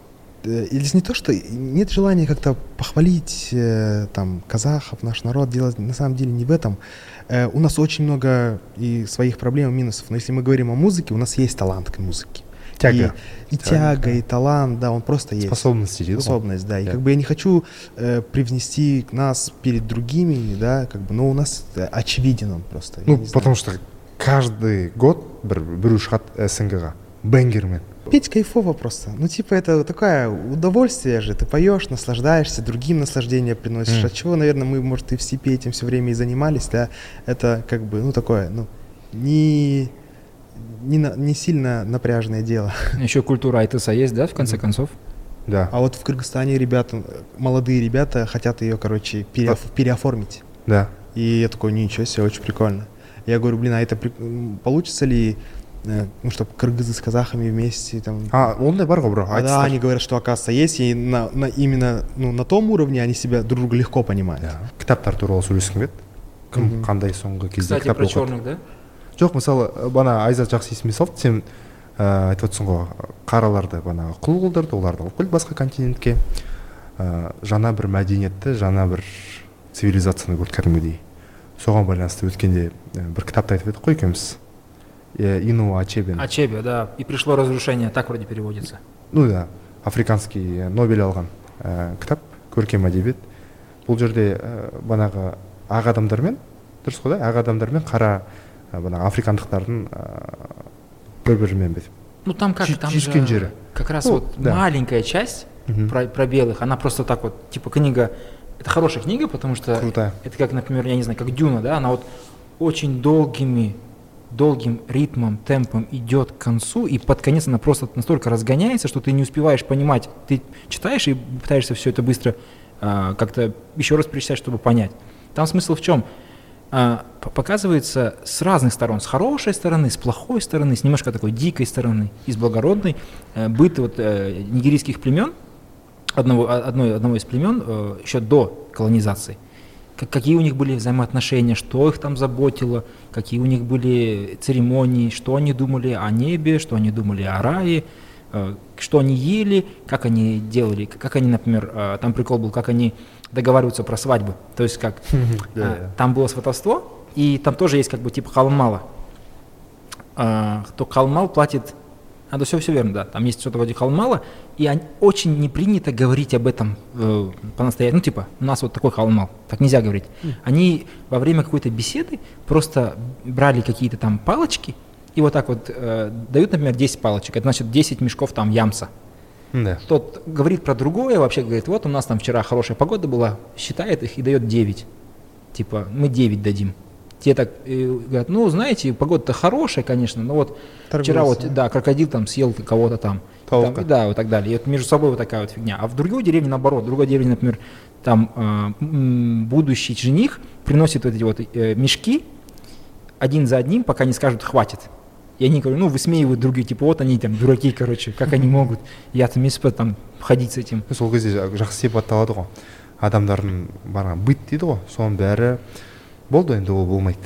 э, или не то, что нет желания как-то похвалить э, там казахов, наш народ, делать на самом деле не в этом. Э, у нас очень много и своих проблем, и минусов, но если мы говорим о музыке, у нас есть талант к музыке. Тяга. И, и тяга, и талант, да, он просто есть. Способности дейді ғой. Способность, да. И Да. как бы я не хочу э, привнести нас перед другими, да, как бы, но у нас э, очевиден он просто. я Ну, не знаю. потому что каждый год бір біреу шығады СНГ-ға бенгермен. Петь кайфово просто. Ну, типа, это такое удовольствие же. Ты поешь, наслаждаешься, другим наслаждение приносишь. Мгм. От чего, наверное, мы, может, и в степи этим все время и занимались, да. Это как бы, ну, такое, ну, не, не, на- не сильно напряжное дело. Еще культура айтеса есть, да, в конце концов? Да, А вот в Кыргызстане ребята, э, молодые ребята хотят ее, короче, переоф- переоформить. да. И я такой, ничего себе, очень прикольно. Я говорю, блин, а это при- м, получится ли, э, ну, чтобы кыргызы с казахами вместе там... А, ондай бар ғой бро, А, да, айтыстар. они говорят, что оказывается есть, и на, на- именно ну, на том уровне они себя друг друга легко понимают. Да. Кітаптар туралы сөйлескім келеді. Кім Мгм. қандай соңғы кезде Кстати, кітап про оқыды. черных, да? Жоқ, мысалы, бана Айзат жақсы есіме салды, сен ә, айтып отырсың ғой, қараларды бана құл қылдырды, оларды алып келді басқа континентке. Ә, жаңа бір мәдениетті, жаңа бір цивилизацияны көрді кәдімгідей. Соған байланысты өткенде ә, бір кітапты айтып едік қой екеуміз. Э, Инуа Ачебен. Ачебе, да. И пришло разрушение, так вроде переводится. Ну да, африканский ә, Нобель алған ә, кітап, көркем әдебиет. Бұл жерде ә, банағы ақ адамдармен, дұрыс қой да, ақ адамдармен қара ә, банағы африкандықтардың бір бірімен бүйтіп. Ну там как, Чуть- там чуть-чуть же жиры. как раз Ну, вот да. маленькая часть Мгм. про, про белых, она просто так вот, типа книга, это хорошая книга, потому что Крутая. это как, например, я не знаю, как Дюна, да, она вот очень долгими, долгим ритмом, темпом идет к концу, и под конец она просто настолько разгоняется, что ты не успеваешь понимать, ты читаешь и пытаешься все это быстро а, как-то еще раз перечитать, чтобы понять. Там смысл в чем? А, п- показывается с разных сторон, с хорошей стороны, с плохой стороны, с немножко такой дикой стороны, и с благородной, э, быт вот, э, нигерийских племен, одного, а- одной, одного из племен э, еще до колонизации. Как- какие у них были взаимоотношения, что их там заботило, какие у них были церемонии, что они думали о небе, что они думали о рае, э, что они ели, как они делали, к- как они, например, э, там прикол был, как они договариваются про свадьбы. То есть как Да, а, да. там было сватовство, и там тоже есть как бы типа халмала. А, кто халмал платит, а да все, все верно, да, там есть что-то вроде халмала, и они- очень не принято говорить об этом э, по-настоящему, ну типа, у нас вот такой халмал, так нельзя говорить. Они во время какой-то беседы просто брали какие-то там палочки, и вот так вот э, дают, например, десять палочек, это значит десять мешков там ямса. Да. Тот говорит про другое, вообще говорит, вот у нас там вчера хорошая погода была, считает их и дает девять. Типа, мы девять дадим. Те так э, говорят, ну, знаете, погода-то хорошая, конечно, но вот вчера вот, Торгуются. да, крокодил там съел кого-то там. Толка. Там, и да, вот так далее. И вот между собой вот такая вот фигня. А в другой деревне, наоборот, в другой деревне, например, там э, м, будущий жених приносит вот эти вот э, мешки один за одним, пока не скажут «хватит». И они говорят, ну, высмеивают другие, типа, вот они там дураки, короче, как они могут. Я там не успел там ходить с этим. Сол кезде жақсы сипатталады ғой. Адамдардың барған быт дейді ғой, соның бәрі болды, енді ол болмайды.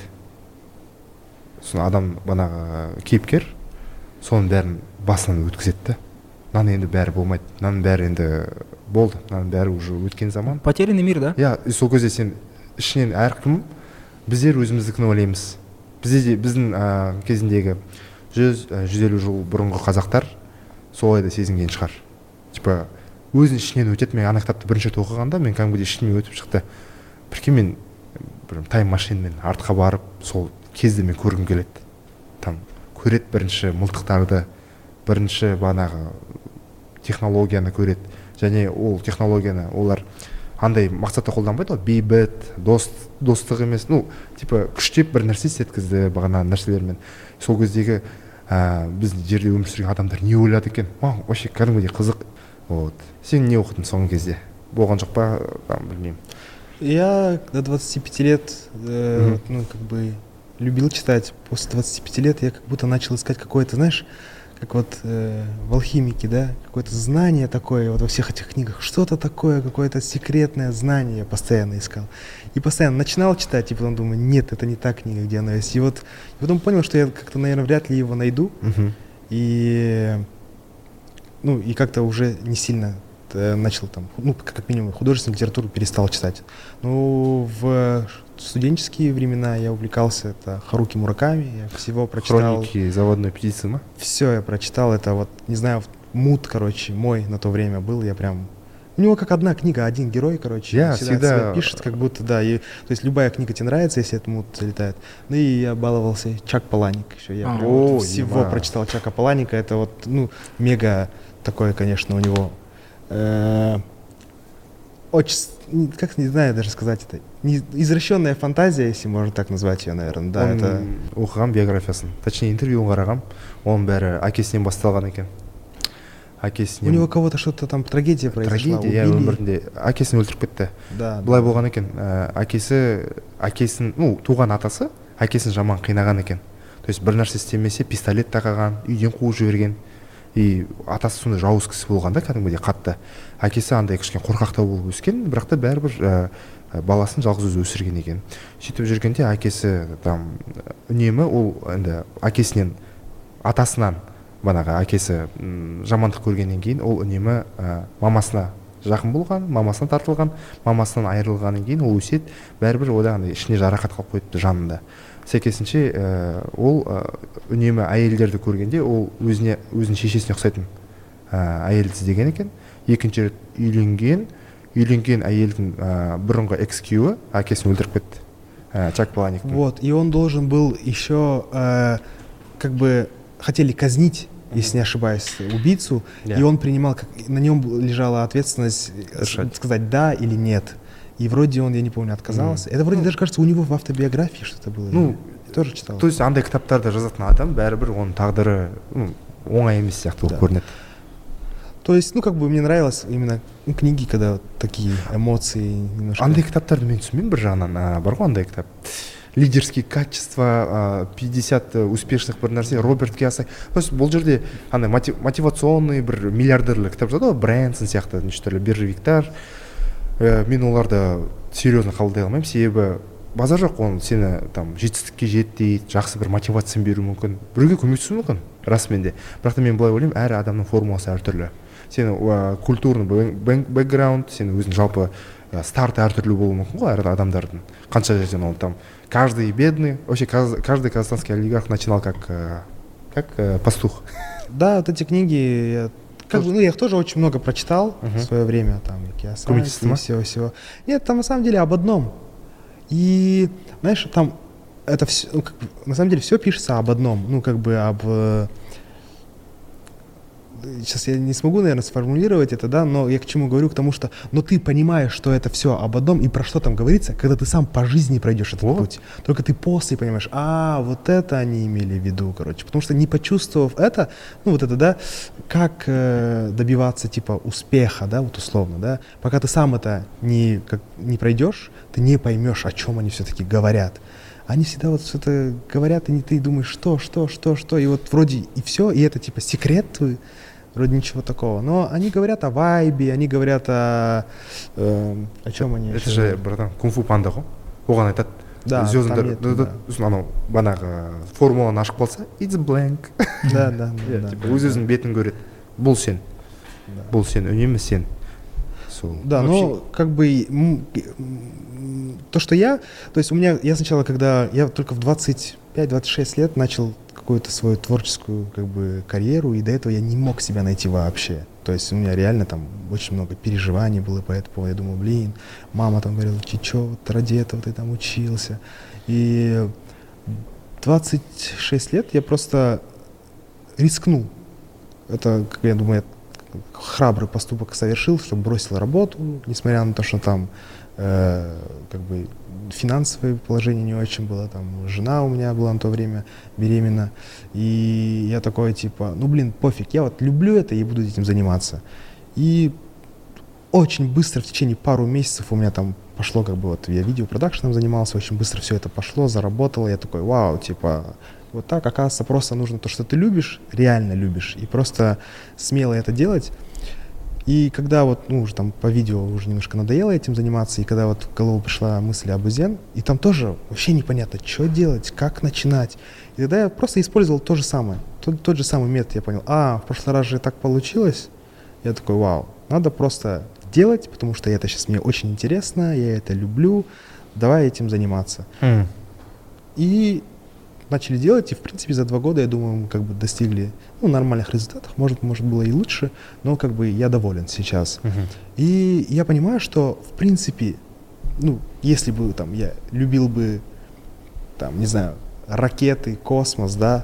Сосын адам банағы кейіпкер соның бәрін басынан өткізеді да. мынаны енді бәрі болмайды, мынаның бәрі енді болды, мынаның бәрі уже өткен заман. Потерянный мир, да? Иә, и сол кезде сен ішінен әркім біздер өзіміздікін ойлаймыз. Бізде де біздің ә, кезіндегі жүз жүз елу жыл бұрынғы қазақтар солай да сезінген шығар. Типа өзінің ішінен өтеді. Мен ана кітапты бірінші рет оқығанда мен кәдімгідей ішімнен өтіп шықты. Бірке мен бір тайм машинмен артқа барып сол кезді мен көргім келеді. Там көреді бірінші мылтықтарды, бірінші бағанағы технологияны көреді. Және ол технологияны олар андай мақсатта қолданбайды ғой, бейбіт, дос, достық емес, ну, типа күштеп бір нәрсе істеткізді бағана нәрселермен. Сол кездегі ә, біздің жерде өмір сүрген адамдар не ойлады екен? Маған вообще кәдімгідей қызық. Вот. Сен не оқыдың соңғы кезде? Болған жоқ па? Там, білмеймін. Я до двадцати пяти лет, э, mm-hmm. ну, как бы любил читать. После двадцати пяти лет я как будто начал искать какое-то, знаешь, как вот э, в алхимике, да, какое-то знание такое, вот во всех этих книгах, что-то такое, какое-то секретное знание я постоянно искал. И постоянно начинал читать, и потом думаю, нет, это не та книга, где она есть. И вот и потом понял, что я как-то, наверное, вряд ли его найду. Mm-hmm. И, ну, и как-то уже не сильно начал там, ну, как минимум, художественную литературу перестал читать. Ну, в студенческие времена я увлекался, это Харуки Мураками, я всего прочитал. Хроники заводной птицы, ма? Все я прочитал, это вот, не знаю, мут, короче, мой на то время был, я прям... У него как одна книга, один герой, короче, я всегда, всегда... всегда пишет, как будто, да, и, то есть любая книга тебе нравится, если этот мут залетает. Ну и я баловался, Чак Паланик еще, я А, прям о, вот всего ема. прочитал Чака Паланика, это вот, ну, мега такое, конечно, у него... Э, очень, как не знаю даже сказать это, не, извращенная фантазия, если можно так назвать ее, наверное, да, Оның это... оқыған биографиясын, точнее интервьюін қарағам, оның бәрі әкесінен басталған екен. Әкесінен... У него кого-то что-то там трагедия произошла, трагедия, я убили. өмірінде әкесін өлтіріп кетті. Да, Былай да. болған екен, ә, әкесі, әкесін, ну, туған атасы әкесін жаман қинаған екен. То есть бір нәрсе істемесе пистолет тақаған, үйден қуып жіберген. И атасы сондай жауыз кісі болған да, кәдімгідей қатты. Әкесі андай кішкене қорқақтау болып өскен, бірақ та бәрібір ә, баласын жалғыз өзі өсірген екен. Сөйтіп жүргенде әкесі там үнемі ол енді әкесінен, атасынан банағы әкесі м, жамандық көргеннен кейін ол үнемі ә, мамасына жақын болған, мамасына тартылған, мамасынан айырылғаннан кейін ол өсет, бәрібір одан ішіне жарақат қалып қойыпты жанында. Сәйкесінше ә, ол ә, үнемі әйелдерді көргенде ол өзіне өзінің шешесіне ұқсайтын ә, әйелді іздеген екен. Екінші рет үйленген, үйленген әйелдің ә, бұрынғы экс-күйеуі әкесін өлтіріп кетті. Ә, Чак Паланиктің. Вот, и он должен был еще, э, как бы, хотели казнить, если не ошибаюсь, убийцу, Yeah. и он принимал, как, на нем лежала ответственность Решать. сказать да или нет. И вроде он, я не помню, отказался. Это вроде Ну, даже, кажется, у него в автобиографии что-то было. Ну, я тоже читал. То есть андай кітаптарды жазатын адам бәрібір оның тағдыры ну, оңай емес сияқты болып Да. көрінеді. То есть, ну, как бы мне нравилось именно ну, книги, когда вот такие эмоции немножко... Андай кітаптарды мен түсінбеймін бір жағынан. А, бар ғой андай кітап. Лидерские качества, а, пятьдесят успешных бір нәрсе, Роберт Киясаки. То есть бұл жерде андай мотив, мотивационный бір миллиардерлік кітап жазады ғой, Брэнсон сияқты неше түрлі биржевиктар. Ә, мен оларды серьезно қабылдай алмаймын, себебі базар жоқ, оны сені там жетістікке жет дейді, жақсы бір мотивацияны беру мүмкін, біреуге көмектесу мүмкін, расымен де. Бірақ та мен былай ойлаймын, әр адамның формуласы әртүрлі. Сені ә, культурный бэкграунд, сені өзің жалпы ә, старт әртүрлі болуы мүмкін ғой әр адамдардың. Қанша жерден ол там каждый бедный, вообще каждый казахстанский олигарх начинал как ә, как ә, пастух. Да, вот эти книги, я, как бы, ну, я их тоже очень много прочитал Мгм. в свое время, там, и Киясаки, Коммунистизма? и всего-всего. Нет, там на самом деле об одном. И, знаешь, там это все, ну, как бы, на самом деле все пишется об одном, ну, как бы об... э, Сейчас я не смогу, наверное, сформулировать это, да, но я к чему говорю, к тому, что, но ты понимаешь, что это все об одном и про что там говорится, когда ты сам по жизни пройдешь этот Вот. путь. Только ты после понимаешь, а, вот это они имели в виду, короче. Потому что не почувствовав это, ну, вот это, да, как э, добиваться, типа, успеха, да, вот условно, да, пока ты сам это не, как, не пройдешь, ты не поймешь, о чем они все-таки говорят. Они всегда вот что-то говорят, и не ты думаешь, что, что, что, что, и вот вроде и все, и это типа секрет твой, вроде ничего такого. Но они говорят о вайбе, они говорят о... э, о чем они Это еще же, говорят? братан, кунг-фу панда ғой. Оған айтады. Да, Звездный там дар- нет, да- да- да. сосын анау банағы формуланы ашып қалса, it's blank. Да, да, да, Иә, да, типа, да, өз да. өзінің бетін көреді. Бұл сен. Бұл сен үнемі сен. Сол. Да, Вообще- но как бы м, м, то, что я, то есть у меня, я сначала, когда я только в двадцать пять - двадцать шесть лет начал какую-то свою творческую как бы карьеру, и до этого я не мог себя найти вообще. То есть у меня реально там очень много переживаний было по этому поводу. Я думал, блин, мама там говорила, ты чё, вот ради этого ты там учился. И в двадцать шесть лет я просто рискнул. Это, как я думаю, я храбрый поступок совершил, что бросил работу, несмотря на то, что там э, как бы финансовое положение не очень было, там жена у меня была на то время беременна, и я такой типа, ну блин, пофиг, я вот люблю это и буду этим заниматься. И очень быстро, в течение пару месяцев у меня там пошло, как бы вот я видеопродакшеном занимался, очень быстро все это пошло, заработало, я такой, вау, типа, вот так, оказывается, просто нужно то, что ты любишь, реально любишь, и просто смело это делать. И когда вот, ну, уже там по видео уже немножко надоело этим заниматься, и когда вот в голову пришла мысль об Узен, и там тоже вообще непонятно, что делать, как начинать. И тогда я просто использовал то же самое, тот, тот же самый метод, я понял, а, в прошлый раз же так получилось, я такой, вау, надо просто делать, потому что это сейчас мне очень интересно, я это люблю, давай этим заниматься. М. И начали делать, и в принципе за два года, я думаю, мы как бы достигли ну, нормальных результатов, может, может было и лучше, но как бы я доволен сейчас. Мгм. И я понимаю, что в принципе, ну, если бы там я любил бы, там, не знаю, ракеты, космос, да,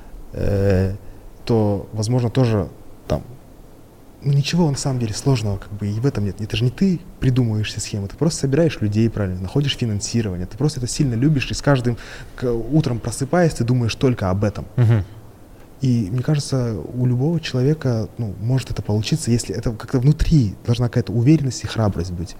э, то, возможно, тоже там ну, ничего на самом деле сложного как бы и в этом нет. Это же не ты придумываешь все схемы, ты просто собираешь людей правильно, находишь финансирование, ты просто это сильно любишь, и с каждым к- утром просыпаясь, ты думаешь только об этом. Мгм. И мне кажется, у любого человека ну, может это получиться, если это как-то внутри должна какая-то уверенность и храбрость быть.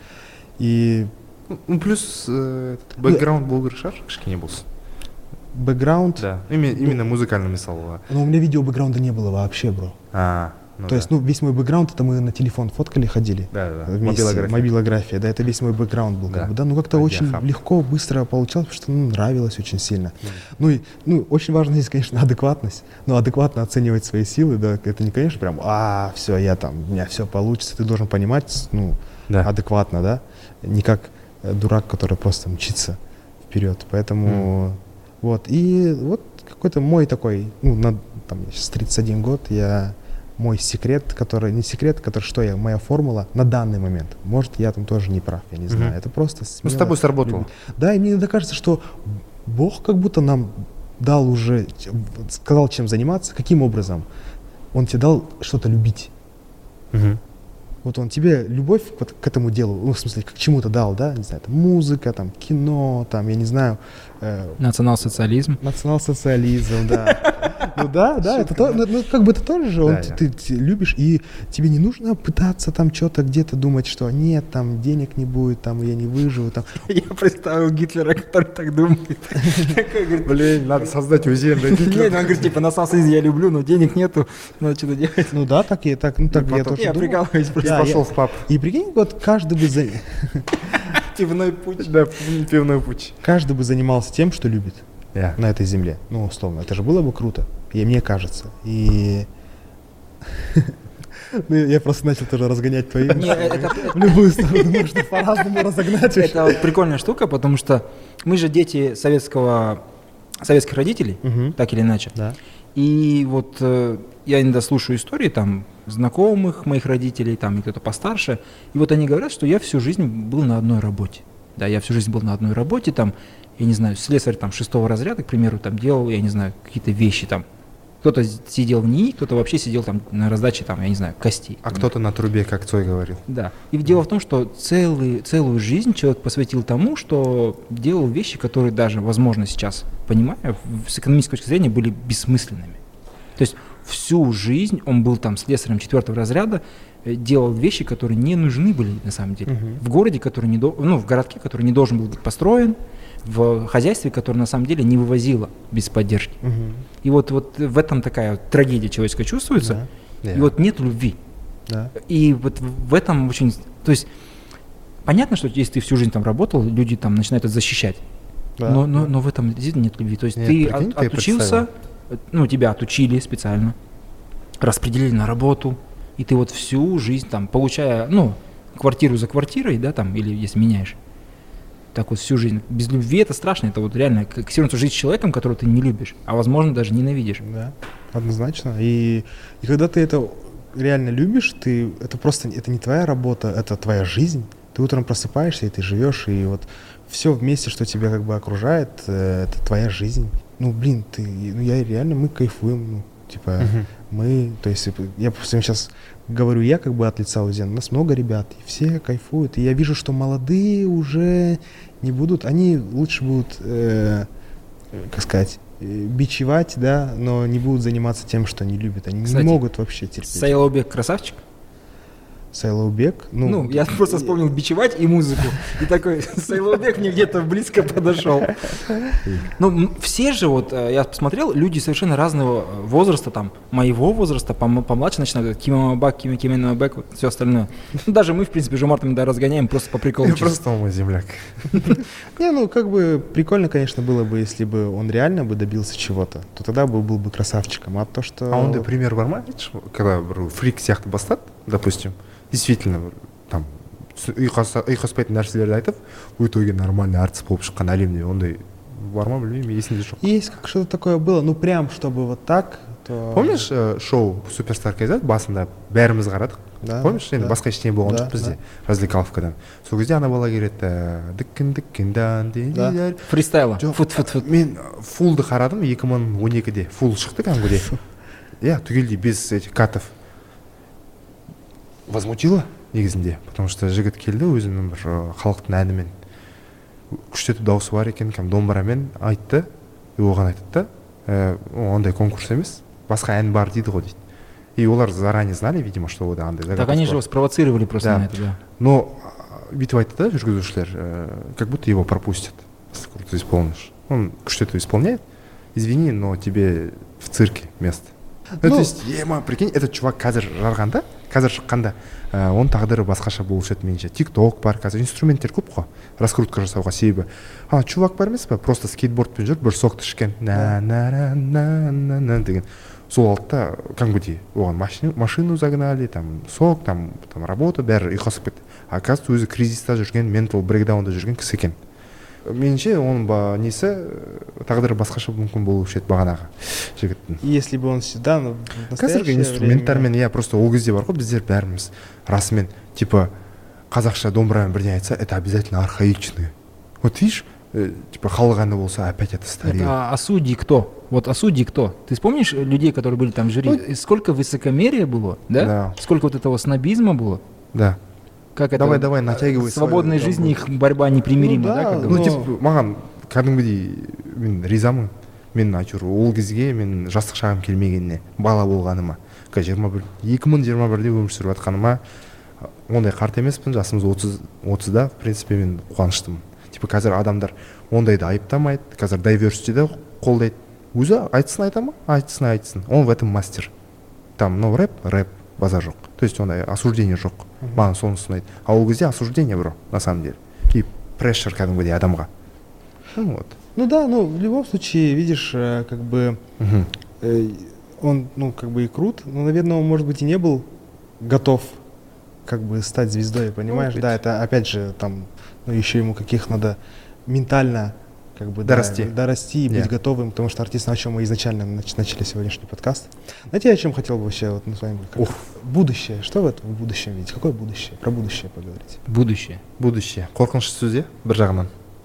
И Ну, плюс э, этот бэкграунд болу шығар кішкене болсын. бэкграунд, Да. Именно, именно музыкальный мысалы. но у меня видео бэкграунда не было вообще, бро. А, ну То да. есть, ну, весь мой бэкграунд, это мы на телефон фоткали, ходили. Да, да, да. Вместе. Мобилография. Мобилография, да, это весь мой бэкграунд был. Да. Как бы, да, ну как-то А, очень диахаб. легко, быстро получалось, потому что ну, нравилось очень сильно. Мгм. Ну и ну, очень важно здесь, конечно, адекватность. Но адекватно оценивать свои силы, да, это не, конечно, прям, а, все, я там, у меня все получится. Ты должен понимать, ну, Да. адекватно, да, не как э, дурак, который просто мчится вперед. Поэтому вот, и вот какой-то мой такой, ну, на, там, сейчас тридцать один год, я мой секрет, который, не секрет, который, что я, моя формула на данный момент. Может, я там тоже не прав, я не Мгм. знаю. Это просто Ну, с смело тобой сработало. любить. Да, и мне иногда кажется, что Бог как будто нам дал уже, ч- сказал, чем заниматься, каким образом. Он тебе дал что-то любить. Мгм. Вот он тебе любовь вот к этому делу, ну, в смысле, к чему-то дал, да, не знаю, там, музыка, там, кино, там, я не знаю, э, Национал-социализм. национал-социализм, да. Ну да, да, это то, ну, ну, как бы это тоже же, он, Да, да. ты, ты любишь, и тебе не нужно пытаться там что-то где-то думать, что нет, там денег не будет, там я не выживу, там. Я представил Гитлера, который так думает. Такой говорит, Блин, надо создать УЗИ. нет, он говорит, типа, национал-социализм я люблю, но денег нету, надо что-то делать. Ну да, так и так, ну так я потом- тоже Я думал. прикалываюсь, просто Да, Пошел я- в паб. И прикинь, вот каждый бы, за- пивной путь. Да, пивной путь. каждый бы занимался тем, что любит. Я. На этой земле. Ну, условно. Это же было бы круто. И мне кажется. И ну, я просто начал тоже разгонять твои Не, мысли. это, В любую сторону можно по-разному разогнать. это вот прикольная штука, потому что мы же дети советского, советских родителей, Мгм. так или иначе. Да. И вот э, я иногда слушаю истории там знакомых моих родителей, там и кто-то постарше, и вот они говорят, что я всю жизнь был на одной работе. Да, я всю жизнь был на одной работе, там, я не знаю, слесарь там шестого разряда, к примеру, там делал, я не знаю, какие-то вещи там. Кто-то сидел в НИИ, кто-то вообще сидел там на раздаче, там, я не знаю, костей. А кто-то на трубе, как Цой говорил. Да. И дело в том, что целый, целую жизнь человек посвятил тому, что делал вещи, которые даже, возможно, сейчас, понимая, в- с экономической точки зрения были бессмысленными. То есть всю жизнь он был там слесарем четвертого разряда, э, делал вещи, которые не нужны были на самом деле. Мгм. В городе, который не до- ну, в городке, который не должен был быть построен, в хозяйстве, которое на самом деле не вывозило без поддержки. Мгм. И вот, вот в этом такая вот трагедия человеческая чувствуется, Да. и вот нет любви. Да. И вот в в этом очень... То есть понятно, что если ты всю жизнь там работал, люди там начинают это защищать. Да. Но, но, но в этом действительно нет любви. То есть Нет, ты, прикинь, от- ты отучился, э, ну, тебя отучили специально, распределили на работу, и ты вот всю жизнь там, получая, ну, квартиру за квартирой, да, там, или если меняешь, так вот всю жизнь. Без любви это страшно, это вот реально как все равно жить с человеком, которого ты не любишь, а возможно даже ненавидишь. Да, однозначно. И, и когда ты это реально любишь, ты это просто это не твоя работа, это твоя жизнь. Ты утром просыпаешься, и ты живешь, и вот все вместе, что тебя как бы окружает, это твоя жизнь. Ну, блин, ты, ну, я реально, мы кайфуем, ну, типа, uh-huh. мы, то есть, я просто сейчас говорю, я как бы от лица Узен, у нас много ребят, и все кайфуют, и я вижу, что молодые уже не будут, они лучше будут, э, как сказать, бичевать, да, но не будут заниматься тем, что они любят, они Кстати, не могут вообще терпеть. Сайлаубек красавчик? Сайлаубек? Ну, ну, я просто вспомнил бичевать и музыку. И такой, Сайлаубек мне где-то близко подошел. Ну, все же, вот, я посмотрел, люди совершенно разного возраста, там, моего возраста, помладше начинают, Кимамабак, Кименамабек, вот, все остальное. Ну, даже мы, в принципе, Жумартом да, разгоняем просто по приколу. Я просто мой земляк. Не, ну, как бы, прикольно, конечно, было бы, если бы он реально бы добился чего-то, то тогда бы был бы красавчиком, а то, что... А он, например, бар ма, когда фрик сияқты бастады, допустим, действительно там ұйқаспайтын нәрселерді айтып в итоге нормальный артист болып шыққан әлемде ондай бар ма білмеймін есімде жоқ. Есть как что-то такое было, ну прям чтобы вот так, то... Помнишь э, шоу Суперстар Кайзат басында бәріміз қарадық, да, помнишь, енді да. басқа ештеңе болған да, жоқ бізде, да. развлекаловкадан. Сол кезде ана бала келеді, діккін діккіндан да. Фристайла, фут-фут-фут. Мен фулды қарадым екі мың он екіде, фул шықты кәдімгідей. Иә, түгелдей без этих катов. Возмутило негізінде, потому что жігіт келді өзінің бір халықтың әнімен күштетіп дауысы бар екен, кәм домбырамен айтты, и оған айтты да, ондай конкурс емес, басқа ән бар дейді ғой дейді. И олар заранее знали, видимо, что ода андай загадка. Так они же его спровоцировали просто да. на это, да. Но бүйтіп айтты да жүргізушілер, как будто его пропустят, если круто исполнишь. Он күштетіп исполняет, извини, но тебе в цирке место. Ну, то есть, ема, прикинь, этот чувак қазір жарғанда, қазір шыққанда, ә, оның тағдыры басқаша болушы еді меніңше. Тик-ток бар, қазір инструменттер көп қой, раскрутка жасауға себебі. А, чувак бар емес па, просто скейтбордпен жүріп, бір сокты ішкен, на-на-на-на-на деген. Сол алтта, кәдімгідей, оған машину, машину загнали, там, сок, там, там, работа, бәрі ұйқасып кетті. А оказывается, өзі кризиста жүрген, ментал брейкдаунда жүрген кісі екен. Меніңше оның ба несі тағдыры басқаша мүмкін болушы еді бағанағы жігіттің. Если бы он сюда, ну, қазіргі инструментармен, иә, просто ол кезде бар ғой, біздер бәріміз расымен, типа, қазақша домбырамен бірден айтса, это обязательно архаичный. Вот видишь, э, типа, халық әні болса, опять это старее. А, а судьи кто? Вот а судьи кто? Ты вспомнишь людей, которые были там в жюри? Ну, сколько высокомерия было, да? Да. Сколько вот этого снобизма было? Да. Как давай, это? давай, натягивай. Свободной свою, жизни их борьба непримирима, ну, да? да как ну, но... типа, маған кәдімгідей мен ризамын. Мен әйтеуір ол кезге мен жастық шағым келмегеніне, бала болғаныма. жиырма бір, екі мың жиырма бірде өмір сүріп жатқаныма ондай қарт емеспін, жасымыз отыз, отызда, в принципе, мен қуаныштымын. Типа қазір адамдар ондайды айыптамайды, қазір дайверситиді қолдайды. Өзі айтсын айта ма? Айтсын, айтсын. Он в этом мастер. Там, ну, рэп, рэп, базар жоқ. То есть ондай осуждение жоқ. Маған соны ұнайды. А ол кезде осуждение, бро, на самом деле. И прессер кәдімгідей адамға. Ну вот. Ну да, ну в любом случае, видишь, как бы угу. э, он, ну, как бы и крут, но, наверное, он, может быть, и не был готов как бы стать звездой, понимаешь? Ну, да, это опять же там, ну, еще ему каких надо ментально как бы дорасти, да, дорасти и быть yeah. готовым, потому что артист, на чем мы изначально нач- начали сегодняшний подкаст. Знаете, о чем хотел бы вообще вот, ну, с вами как будущее? Что вы в этом будущем видите? Какое будущее? Про будущее поговорить. Будущее. Будущее. Қорқынышты сөз, бір жағынан.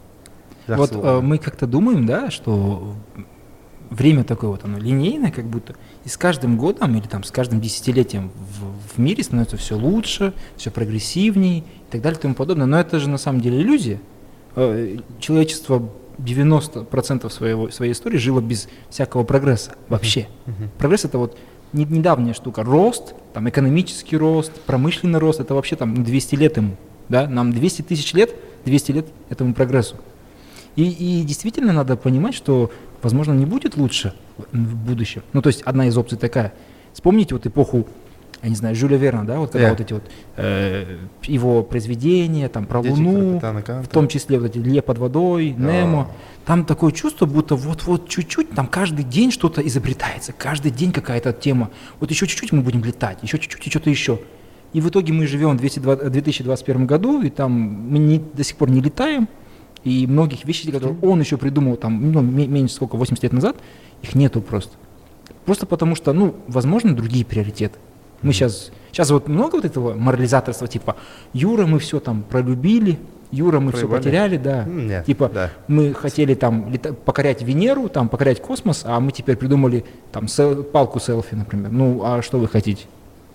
Вот э, мы как-то думаем, да, что время такое вот, оно линейное как будто, и с каждым годом или там с каждым десятилетием в, в мире становится все лучше, все прогрессивнее и так далее и тому подобное. Но это же на самом деле иллюзия. Э, человечество девяносто процентов своего, своей истории жило без всякого прогресса вообще. Uh-huh. Прогресс — это вот не, недавняя штука. Рост, там экономический рост, промышленный рост — это вообще там двести лет ему. Да? Нам двести тысяч лет, двести лет этому прогрессу. И, и действительно надо понимать, что, возможно, не будет лучше в будущем. Ну, то есть одна из опций такая. Вспомните вот эпоху я не знаю, Жюля Верна, да, вот когда Yeah. вот эти вот э, его произведения, там про Дети Луну, капитана Канта. в том числе вот эти «Лье под водой», «Немо», там такое чувство, будто вот-вот чуть-чуть, там каждый день что-то изобретается, каждый день какая-то тема. Вот еще чуть-чуть мы будем летать, еще чуть-чуть и что-то еще. И в итоге мы живем в две тысячи двадцать первом году, и там мы не, до сих пор не летаем, и многих вещей, которые он еще придумал там, ну, меньше сколько, восемьдесят лет назад, их нету просто. Просто потому что, ну, возможно, другие приоритеты. Мы сейчас, сейчас вот много вот этого морализаторства, типа, Юра, мы все там пролюбили, Юра, мы все Проебали? потеряли, да. М, нет, Типа, да. мы хотели там лета- покорять Венеру, там покорять космос, а мы теперь придумали там сел- палку селфи, например. Ну, а что вы хотите?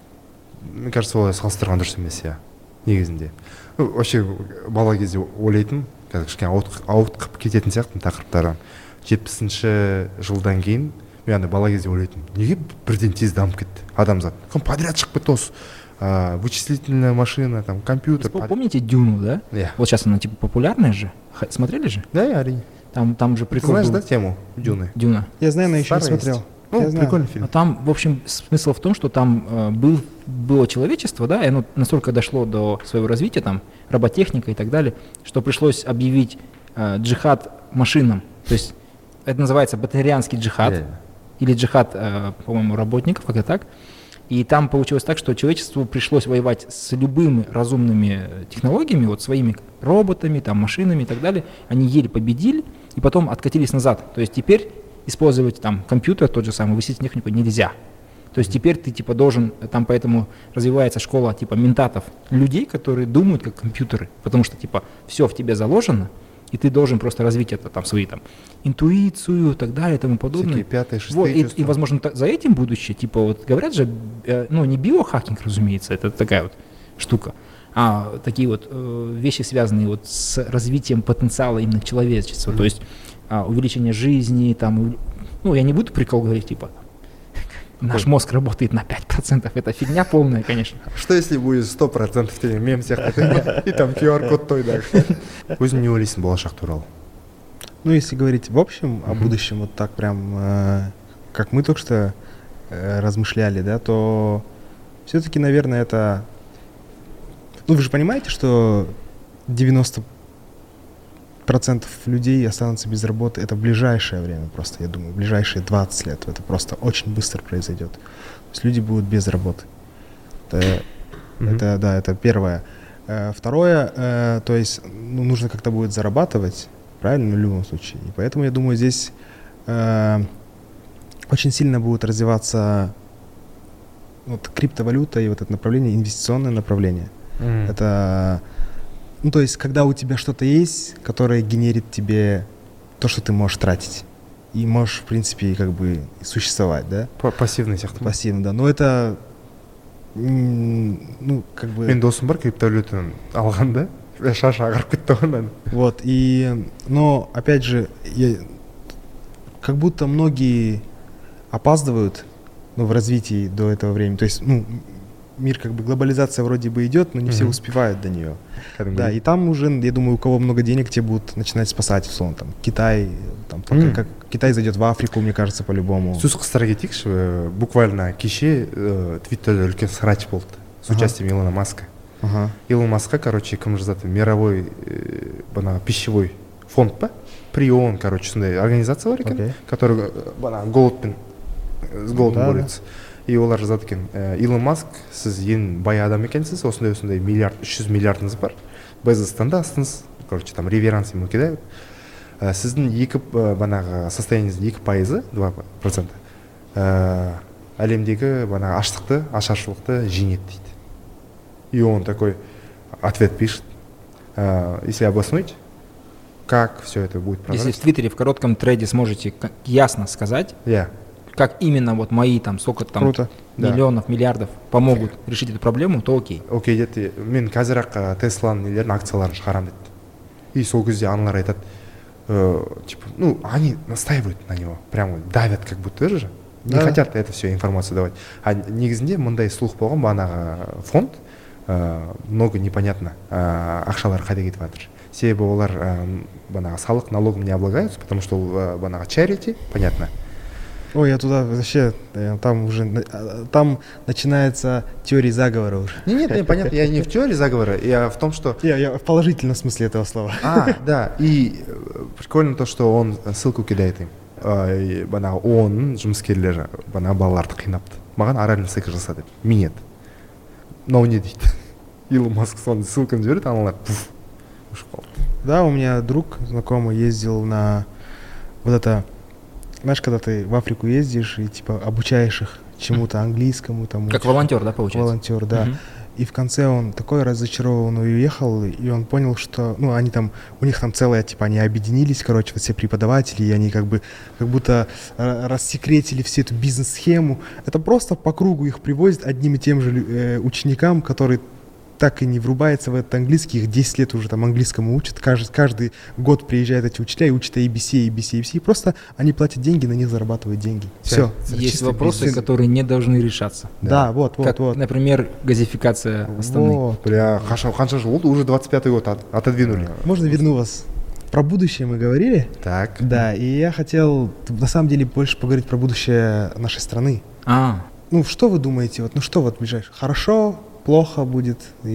Мне кажется, олай салыстырған дұрыс емес, иә, негізінде. Ну, вообще бала кезде ойлайтын, қазір кішкене ауыт- ауытқып кететін сияқтымын тақырыптардан. жетпісінші жылдан кейін мен андай бала кезде ойлайтынмын, неге бірден тез дамып кетті адамзат? Кім подряд шығып кетті осы а, вычислительная машина, там, компьютер. Вы помните Дюну, да? Yeah. Вот сейчас она типа популярная же. Х- Смотрели же? Да, я әрине. Там, там же Ты прикол знаешь, был. да, тему Дюны? Дюна. Я знаю, но еще не Старая смотрел. есть. Ну, Я знаю. прикольный А фильм. там, в общем, смысл в том, что там э, был, было человечество, да, и оно настолько дошло до своего развития, там, роботехника и так далее, что пришлось объявить э, джихад машинам. То есть это называется батарианский джихад, Yeah. или джихад, э, по-моему, работников, как-то так. И там получилось так, что человечеству пришлось воевать с любыми разумными технологиями, вот своими роботами, там, машинами и так далее. Они еле победили и потом откатились назад. То есть теперь использовать там компьютер, тот же самый, вычислительную технику нельзя. То есть теперь ты типа должен, там поэтому развивается школа типа ментатов, людей, которые думают как компьютеры, потому что типа все в тебе заложено, и ты должен просто развить это, там, свои там, интуицию и так далее и тому подобное. Всякие пятые, шестые Вот, и, чувства. и, возможно, та- за этим будущее, типа, вот говорят же, э, ну, не биохакинг, разумеется, это такая вот штука, а такие вот э, вещи, связанные вот с развитием потенциала именно человечества, то есть а, увеличение жизни, там, ув- ну, я не буду прикол говорить, типа, наш мозг работает на пять процентов, это фигня полная, конечно. Что если будет сто процентов деген мем сияқты и там ку ар код той дальше. Өзің не ойлайсың болашақ туралы? Ну, если говорить в общем о будущем, вот так прям, э, как мы только что э, размышляли, да, то все-таки, наверное, это... Ну, вы же понимаете, что девяносто процентов людей останутся без работы. Это в ближайшее время просто, я думаю, в ближайшие двадцать лет. Это просто очень быстро произойдет. То есть люди будут без работы. Это, Мгм. это, да, это первое. Э, Второе, э, то есть ну, нужно как-то будет зарабатывать, правильно, в любом случае. И поэтому, я думаю, здесь э, очень сильно будет развиваться вот, криптовалюта и вот это направление, инвестиционное направление. М. Это, ну, то есть, когда у тебя что-то есть, которое генерит тебе то, что ты можешь тратить. И можешь, в принципе, как бы существовать, да? Па- пассивный сияқты. Пассивно, да. Но это, м, ну, как бы... Мен досым бар криптовалютаны алған да, шашы ағарып кетті оған. Вот, и, но, опять же, я- как будто многие опаздывают, ну, в развитии до этого времени. То есть, ну, мир, как бы, глобализация вроде бы идет, но не все Мгм. успевают до нее. Кәдімгідей. Да, и там уже, я думаю, у кого много денег, те будут начинать спасать, условно, там, Китай, там, пока- Мгм. как, Китай зайдет в Африку, мне кажется, по-любому. Сөз қыстыра кетейікші, э, буквально кеше э, твиттерде үлкен срач болды с Ага. участием Илона Маска. Ага, Илон Маска, короче, кім жазады, мировой э, банағы пищевой фонд па, прион, короче, сондай организация бар екен, Окей. который э, банағы голодпен э, с голодом Да, да. борется. И олар жазады екен, э, Илон Маск, сіз ең бай адам екенсіз, осындай осындай миллиард, үш жүз миллиардыңыз бар, Безостан да астыңыз, короче, там реверанс ему кидают. Ә, сіздің екі ә, банағы состояниеңіздің екі пайызы, два процента, ә, әлемдегі банағы аштықты, ашаршылықты жеңеді дейді. И он такой ответ пишет, ә, если обоснуть, как все это будет Если в прозрачно. Твиттере в коротком треде сможете как- ясно сказать, Я. как именно вот мои там сколько там круто. Да. миллионов, миллиардов помогут решить эту проблему, то окей. Окей деді, мен қазір ақ Тесланың нелерін, акцияларын шығарамын деді. И сол кезде аналар айтады, э, типа, ну, они настаивают на него, прямо давят как будто же, не Да. хотят это все информацию давать. А негізінде мындай слух болған, банағы фонд э, много непонятно э, ақшалар қайда кетіп жатыр. Себебі олар э, банағы салық налогом не облагаются, потому что ол, э, банағы charity, понятно. Ой, я туда вообще, э, там уже, на- а, там начинается теория заговора уже. Не, нет, не, понятно, я не в теории заговора, я в том, что... Я, я в положительном смысле этого слова. А, да, и э, прикольно то, что он ссылку кидает им. Ай, бана он жұмыскерлері бана балаларды қинапты. Маған оральный секс жаса деп. Минет. Мынау не дейді. Илон Маск соны ссылканы жібереді, аналар пуф, ұшып қалды. Да, у меня друг знакомый ездил на вот это, знаешь, когда ты в Африку ездишь и типа обучаешь их чему-то английскому, там. Как учишь. волонтер, да, получается? Волонтер, да. Мгм. И в конце он такой разочарованный уехал, и он понял, что, ну, они там, у них там целое, типа, они объединились, короче, вот все преподаватели, и они как бы, как будто э, рассекретили всю эту бизнес-схему. Это просто по кругу их привозят одним и тем же лю- э, ученикам, которые так и не врубаются в этот английский, их десять лет уже там английскому учат, каждый, каждый год приезжают эти учителя и учат эй би си, эй би си, эй би си, и просто они платят деньги, на них зарабатывают деньги. Все. Есть вопросы, которые не должны решаться. Да, вот, вот, Как, вот. например, газификация Астаны. Вот. Бля, қанша қанша жыл болды, уже двадцать пятый год от- отодвинули. Можно верну вас? Про будущее мы говорили? Так. Да, и я хотел, на самом деле, больше поговорить про будущее нашей страны. А, Ну, что вы думаете, вот, ну что вот ближайшее? Хорошо, плохо будет?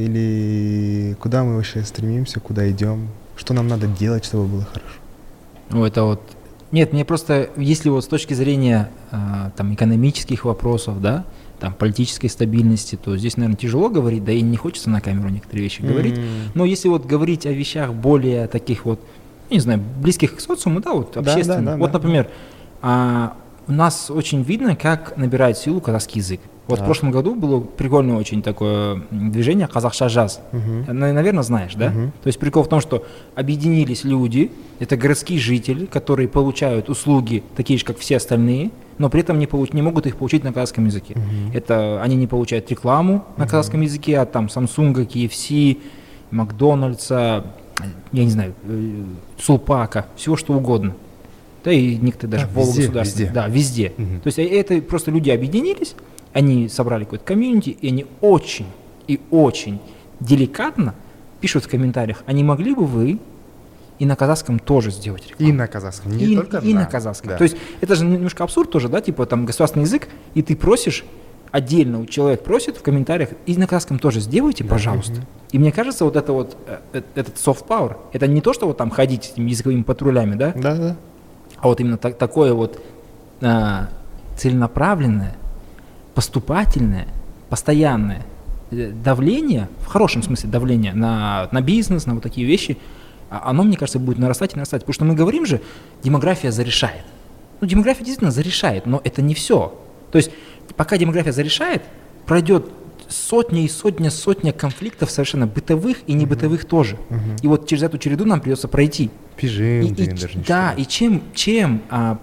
Или куда мы вообще стремимся, куда идем? Что нам надо делать, чтобы было хорошо? ну это вот... Нет, мне просто, если вот с точки зрения а, там экономических вопросов, да, там политической стабильности, то здесь, наверное, тяжело говорить, да и не хочется на камеру некоторые вещи говорить. М. Но если вот говорить о вещах более таких вот, не знаю, близких к социуму, да, вот Да, общественных. да, да, вот, да. например, а, у нас очень видно, как набирает силу казахский язык. Вот Да. в прошлом году было прикольное очень такое м, движение «Казахша жаз». Мгм. На- Наверное, знаешь, да? Мгм. То есть прикол в том, что объединились люди, это городские жители, которые получают услуги такие же, как все остальные, но при этом не, получ- не могут их получить на казахском языке. Мгм. Это они не получают рекламу на казахском языке от там Samsung, кей эф си, Макдональдса, я не знаю, э, Сулпака, всего что угодно. Да и некоторые даже Да, полу везде, государства. везде. Да, везде. Мгм. То есть э, это просто люди объединились, они собрали какой-то комьюнити, и они очень и очень деликатно пишут в комментариях, а не могли бы вы и на казахском тоже сделать рекламу? И на казахском, не и, только и на, на казахском. да. То есть это же немножко абсурд тоже, да, типа там государственный язык, и ты просишь, отдельно у человека просит в комментариях, и на казахском тоже сделайте, пожалуйста. И мне кажется, вот это вот, э, э, этот soft power, это не то, что вот там ходить с этими языковыми патрулями, да, Да, да. а вот именно так- такое вот а, целенаправленное, поступательное, постоянное э, давление, в хорошем смысле давление на, на бизнес, на вот такие вещи, а- оно, мне кажется, будет нарастать и нарастать. Потому что мы говорим же, демография зарешает. Ну, демография действительно зарешает, но это не все. То есть, пока демография зарешает, пройдет сотни и сотня, сотня конфликтов совершенно бытовых и небытовых тоже. Мгм. И вот через эту череду нам придется пройти. Пижим И- и деген ч- даже ничего. да, и чем, чем, а,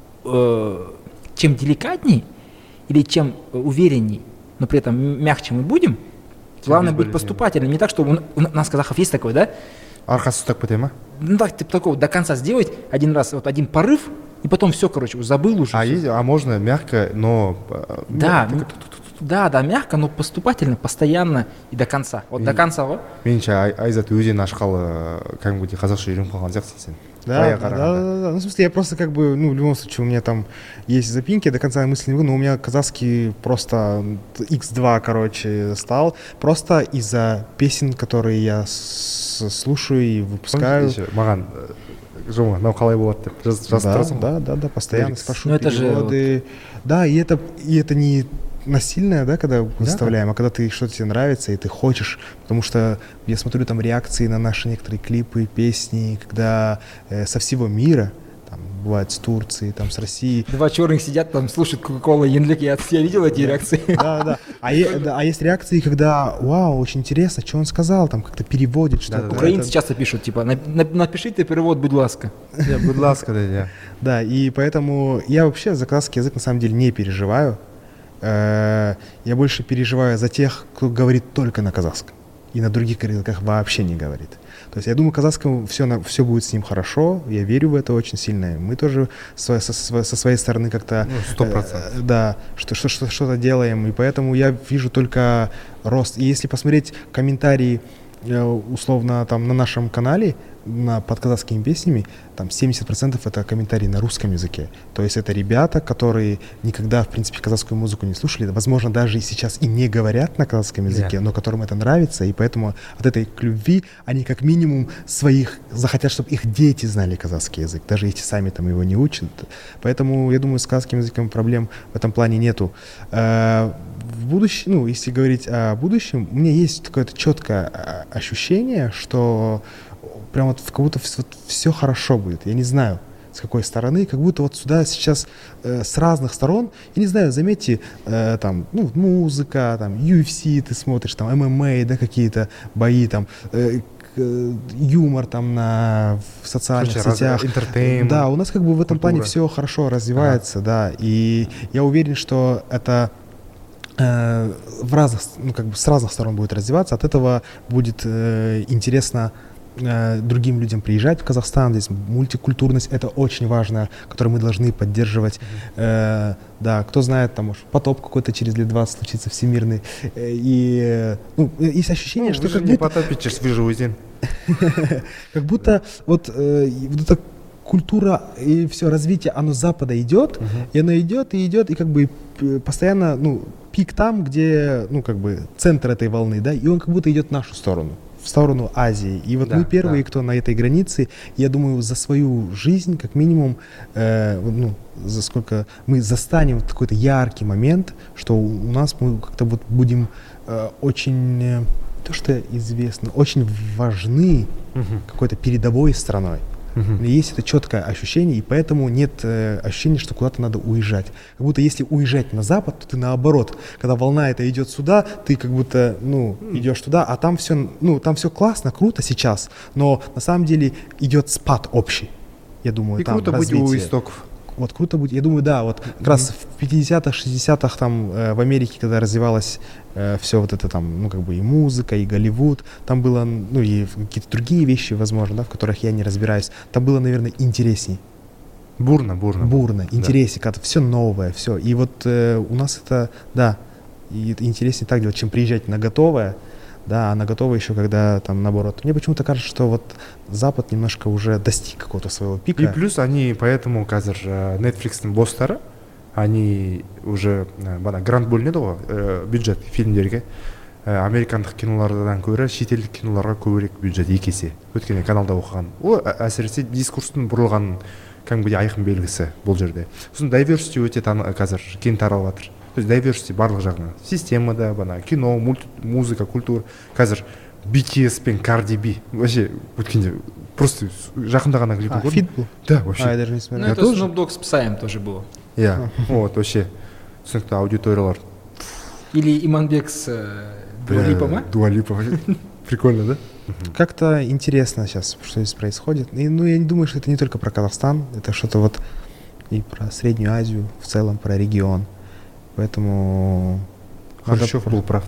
э, чем деликатней или чем уверенней, но при этом м- мягче мы будем, главное быть безболезненно. поступательным. Не так, что у, н- у нас, казахов, есть такое, да? Арқасы ұстап кете ма? Ну так, типа такого до конца сделать, один раз, вот один порыв, и потом все, короче, забыл уже. А, всё. есть, а можно мягко, но... э, Да, ну, ну, да, да, мягко, но поступательно, постоянно и до конца. Вот до И- конца, вот. меніңше Ай- айзат өзен ашқалы кәдімгідей қазақша үйреніп қалған сияқтысың сен. Да, Бая да, да, қарағанда. да, да. Ну, в смысле, я просто как бы, ну, в любом случае, у меня там есть запинки, я до конца мысли не могу, но у меня казахский просто икс два, короче, стал. Просто из-за песен, которые я с- слушаю и выпускаю. Еще маған э, жома мынау қалай болады деп жаз- жазып Да, тұрасың ғой. да, да, да, постоянно Лирикс. спрошу Ну, это же переводы. Да, и это, и это не насильное, да, когда выставляем, а когда ты что-то тебе нравится и ты хочешь, потому что я смотрю там реакции на наши некоторые клипы, песни, когда э, со всего мира, там бывает с Турции, там с России. Два черных сидят там, слушают Кока-Кола, Яндлик, я, я видел эти реакции. Да, да. А, е- да, а есть реакции, когда, вау, очень интересно, что он сказал, там как-то переводит что-то. Да-да-да. Украинцы Это- часто пишут, типа, «На- на- напишите перевод, будь ласка. Иә, будь ласка, да, иә. Да, и поэтому я вообще за казахский язык на самом деле не переживаю. Э, Я больше переживаю за тех, кто говорит только на казахском и на других языках вообще не говорит. То есть я думаю, казахскому все, все будет с ним хорошо, я верю в это очень сильно. Мы тоже со, со- со- со своей стороны как-то Ну, сто процентов. э, да, что, что, что, что-то делаем, и поэтому я вижу только рост. И если посмотреть комментарии э, условно там на нашем канале на, под казахскими песнями там семьдесят процентов это комментарии на русском языке. То есть это ребята, которые никогда, в принципе, казахскую музыку не слушали, возможно, даже и сейчас и не говорят на казахском языке, yeah. но которым это нравится, и поэтому от этой к любви они как минимум своих захотят, чтобы их дети знали казахский язык, даже если сами там его не учат. Поэтому, я думаю, с казахским языком проблем в этом плане нету. В будущем, ну, если говорить о будущем, у меня есть какое-то четкое ощущение, что прям вот как будто вот все хорошо будет. Я не знаю, с какой стороны, как будто вот сюда сейчас э, с разных сторон, я не знаю, заметьте, э, там, ну, музыка, там, ю эф си ты смотришь, там, эм эм а, да, какие-то бои, там, э, юмор там на в социальных Слушай, сетях. Entertainment, да, у нас как бы в этом культура. плане все хорошо развивается, ага. да, и я уверен, что это э, в разных, ну, как бы с разных сторон будет развиваться, от этого будет э, интересно другим людям приезжать в Казахстан. Здесь мультикультурность — это очень важно, которую мы должны поддерживать. Mm-hmm. э, да, кто знает, там, может, потоп какой-то через лет двадцать случится всемирный. И ну, есть ощущение, ну, что вы как же не будто... потопитесь, вы же уйдете. Как будто вот вот эта культура и все развитие, оно с Запада идет, и оно идет и идет, и как бы постоянно, ну, пик там, где, ну, как бы центр этой волны, да, и он как будто идет в нашу сторону. В сторону Азии. И вот да, мы первые, да. кто на этой границе, я думаю, за свою жизнь, как минимум, э, ну, за сколько мы застанем какой-то яркий момент, что у нас мы как-то вот будем э, очень, э, то, что известно, очень важны угу. какой-то передовой страной. Uh-huh. Есть это четкое ощущение, и поэтому нет э, ощущения, что куда-то надо уезжать. Как будто если уезжать на Запад, то ты наоборот. Когда волна эта идет сюда, ты как будто, ну, идешь туда, а там все, ну, там все классно, круто сейчас, но на самом деле идет спад общий. Я думаю, и там круто развитие. Быть у истоков. Вот круто будет. Я думаю, да, вот как mm-hmm. раз в пятидесятых, шестидесятых там э, в Америке, когда развивалось э, все вот это там, ну, как бы и музыка, и Голливуд, там было, ну, и какие-то другие вещи, возможно, да, в которых я не разбираюсь, там было, наверное, интересней. Бурно, бурно. Бурно, интереснее, да. Когда все новое, все. И вот э, у нас это, да, и это интереснее так делать, чем приезжать на готовое. Да, она готова еще, когда там наоборот. Мне почему-то кажется, что вот Запад немножко уже достиг какого-то своего пика. И плюс они, поэтому қазір Netflix-тің бостары, они уже бана грант бөлінеді ғой, бюджет фильмдерге. Американдық кинолардан көрі шетелдік киноларға көбірек бюджет екі есе. Өткенде каналда оқыған. Ол әсіресе дискурстың бұрылғанын кәдімгідей айқын белгісі бұл жерде. Сосын diversity өте қазір кең таралып жатыр. То есть diversity барлық жағынан. Системада, бана, кино, мульти, музыка, культура. Қазір би ти эс пен Cardi B. Вообще, өткенде просто жақында ғана клипін көрдім. А, фит был? Да, вообще. А, я даже не смотрел. Ну, это Snoop Dogg с Псаем тоже было. Я, вот, вообще. Түсінікті аудиториялар. Или Иманбек с Дуа Липом, а? Дуа Липа. Прикольно, да? Как-то интересно сейчас, что здесь происходит. И, ну, я не думаю, что это не только про Казахстан. Это что-то вот и про Среднюю Азию, в целом про регион. Поэтому... Хрущев был прав,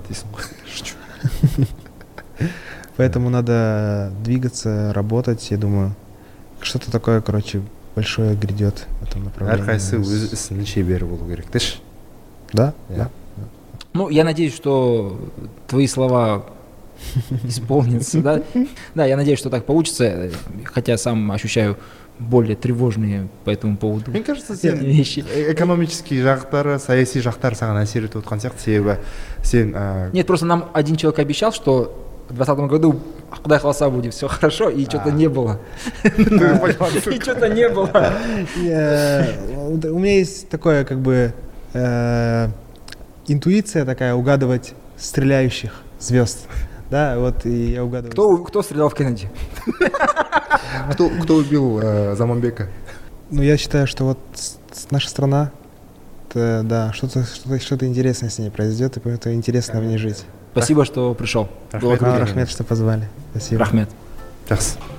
Поэтому надо двигаться, работать, я думаю. Что-то такое, короче, большое грядет в этом направлении. Әрқайсысы өз ісін шебері болу керек, деші? Да, да. Ну, я надеюсь, что твои слова исполнятся, да? Да, я надеюсь, что так получится, хотя сам ощущаю более тревожные по этому поводу. Мне кажется, сен вещи. Экономические жақтары, саяси жақтары саған әсер етіп отқан сияқты, себебі сен... Нет, просто нам один человек обещал, что в двадцатом году, Құдай қаласа, будет все хорошо, и что-то не было. И что-то не было. У меня есть такое, как бы, интуиция такая, угадывать стреляющих звезд. Да, вот и я угадываю. Кто, кто стрелял в Кеннеди? Кто, кто убил э, Заманбека? Ну, я считаю, что вот наша страна, это, да, что-то, что-то, что-то интересное с ней произойдет, и поэтому интересно в ней жить. Спасибо, что пришел. Рахмет, Рахмет, что позвали. Спасибо. Рахмет. Жақсы.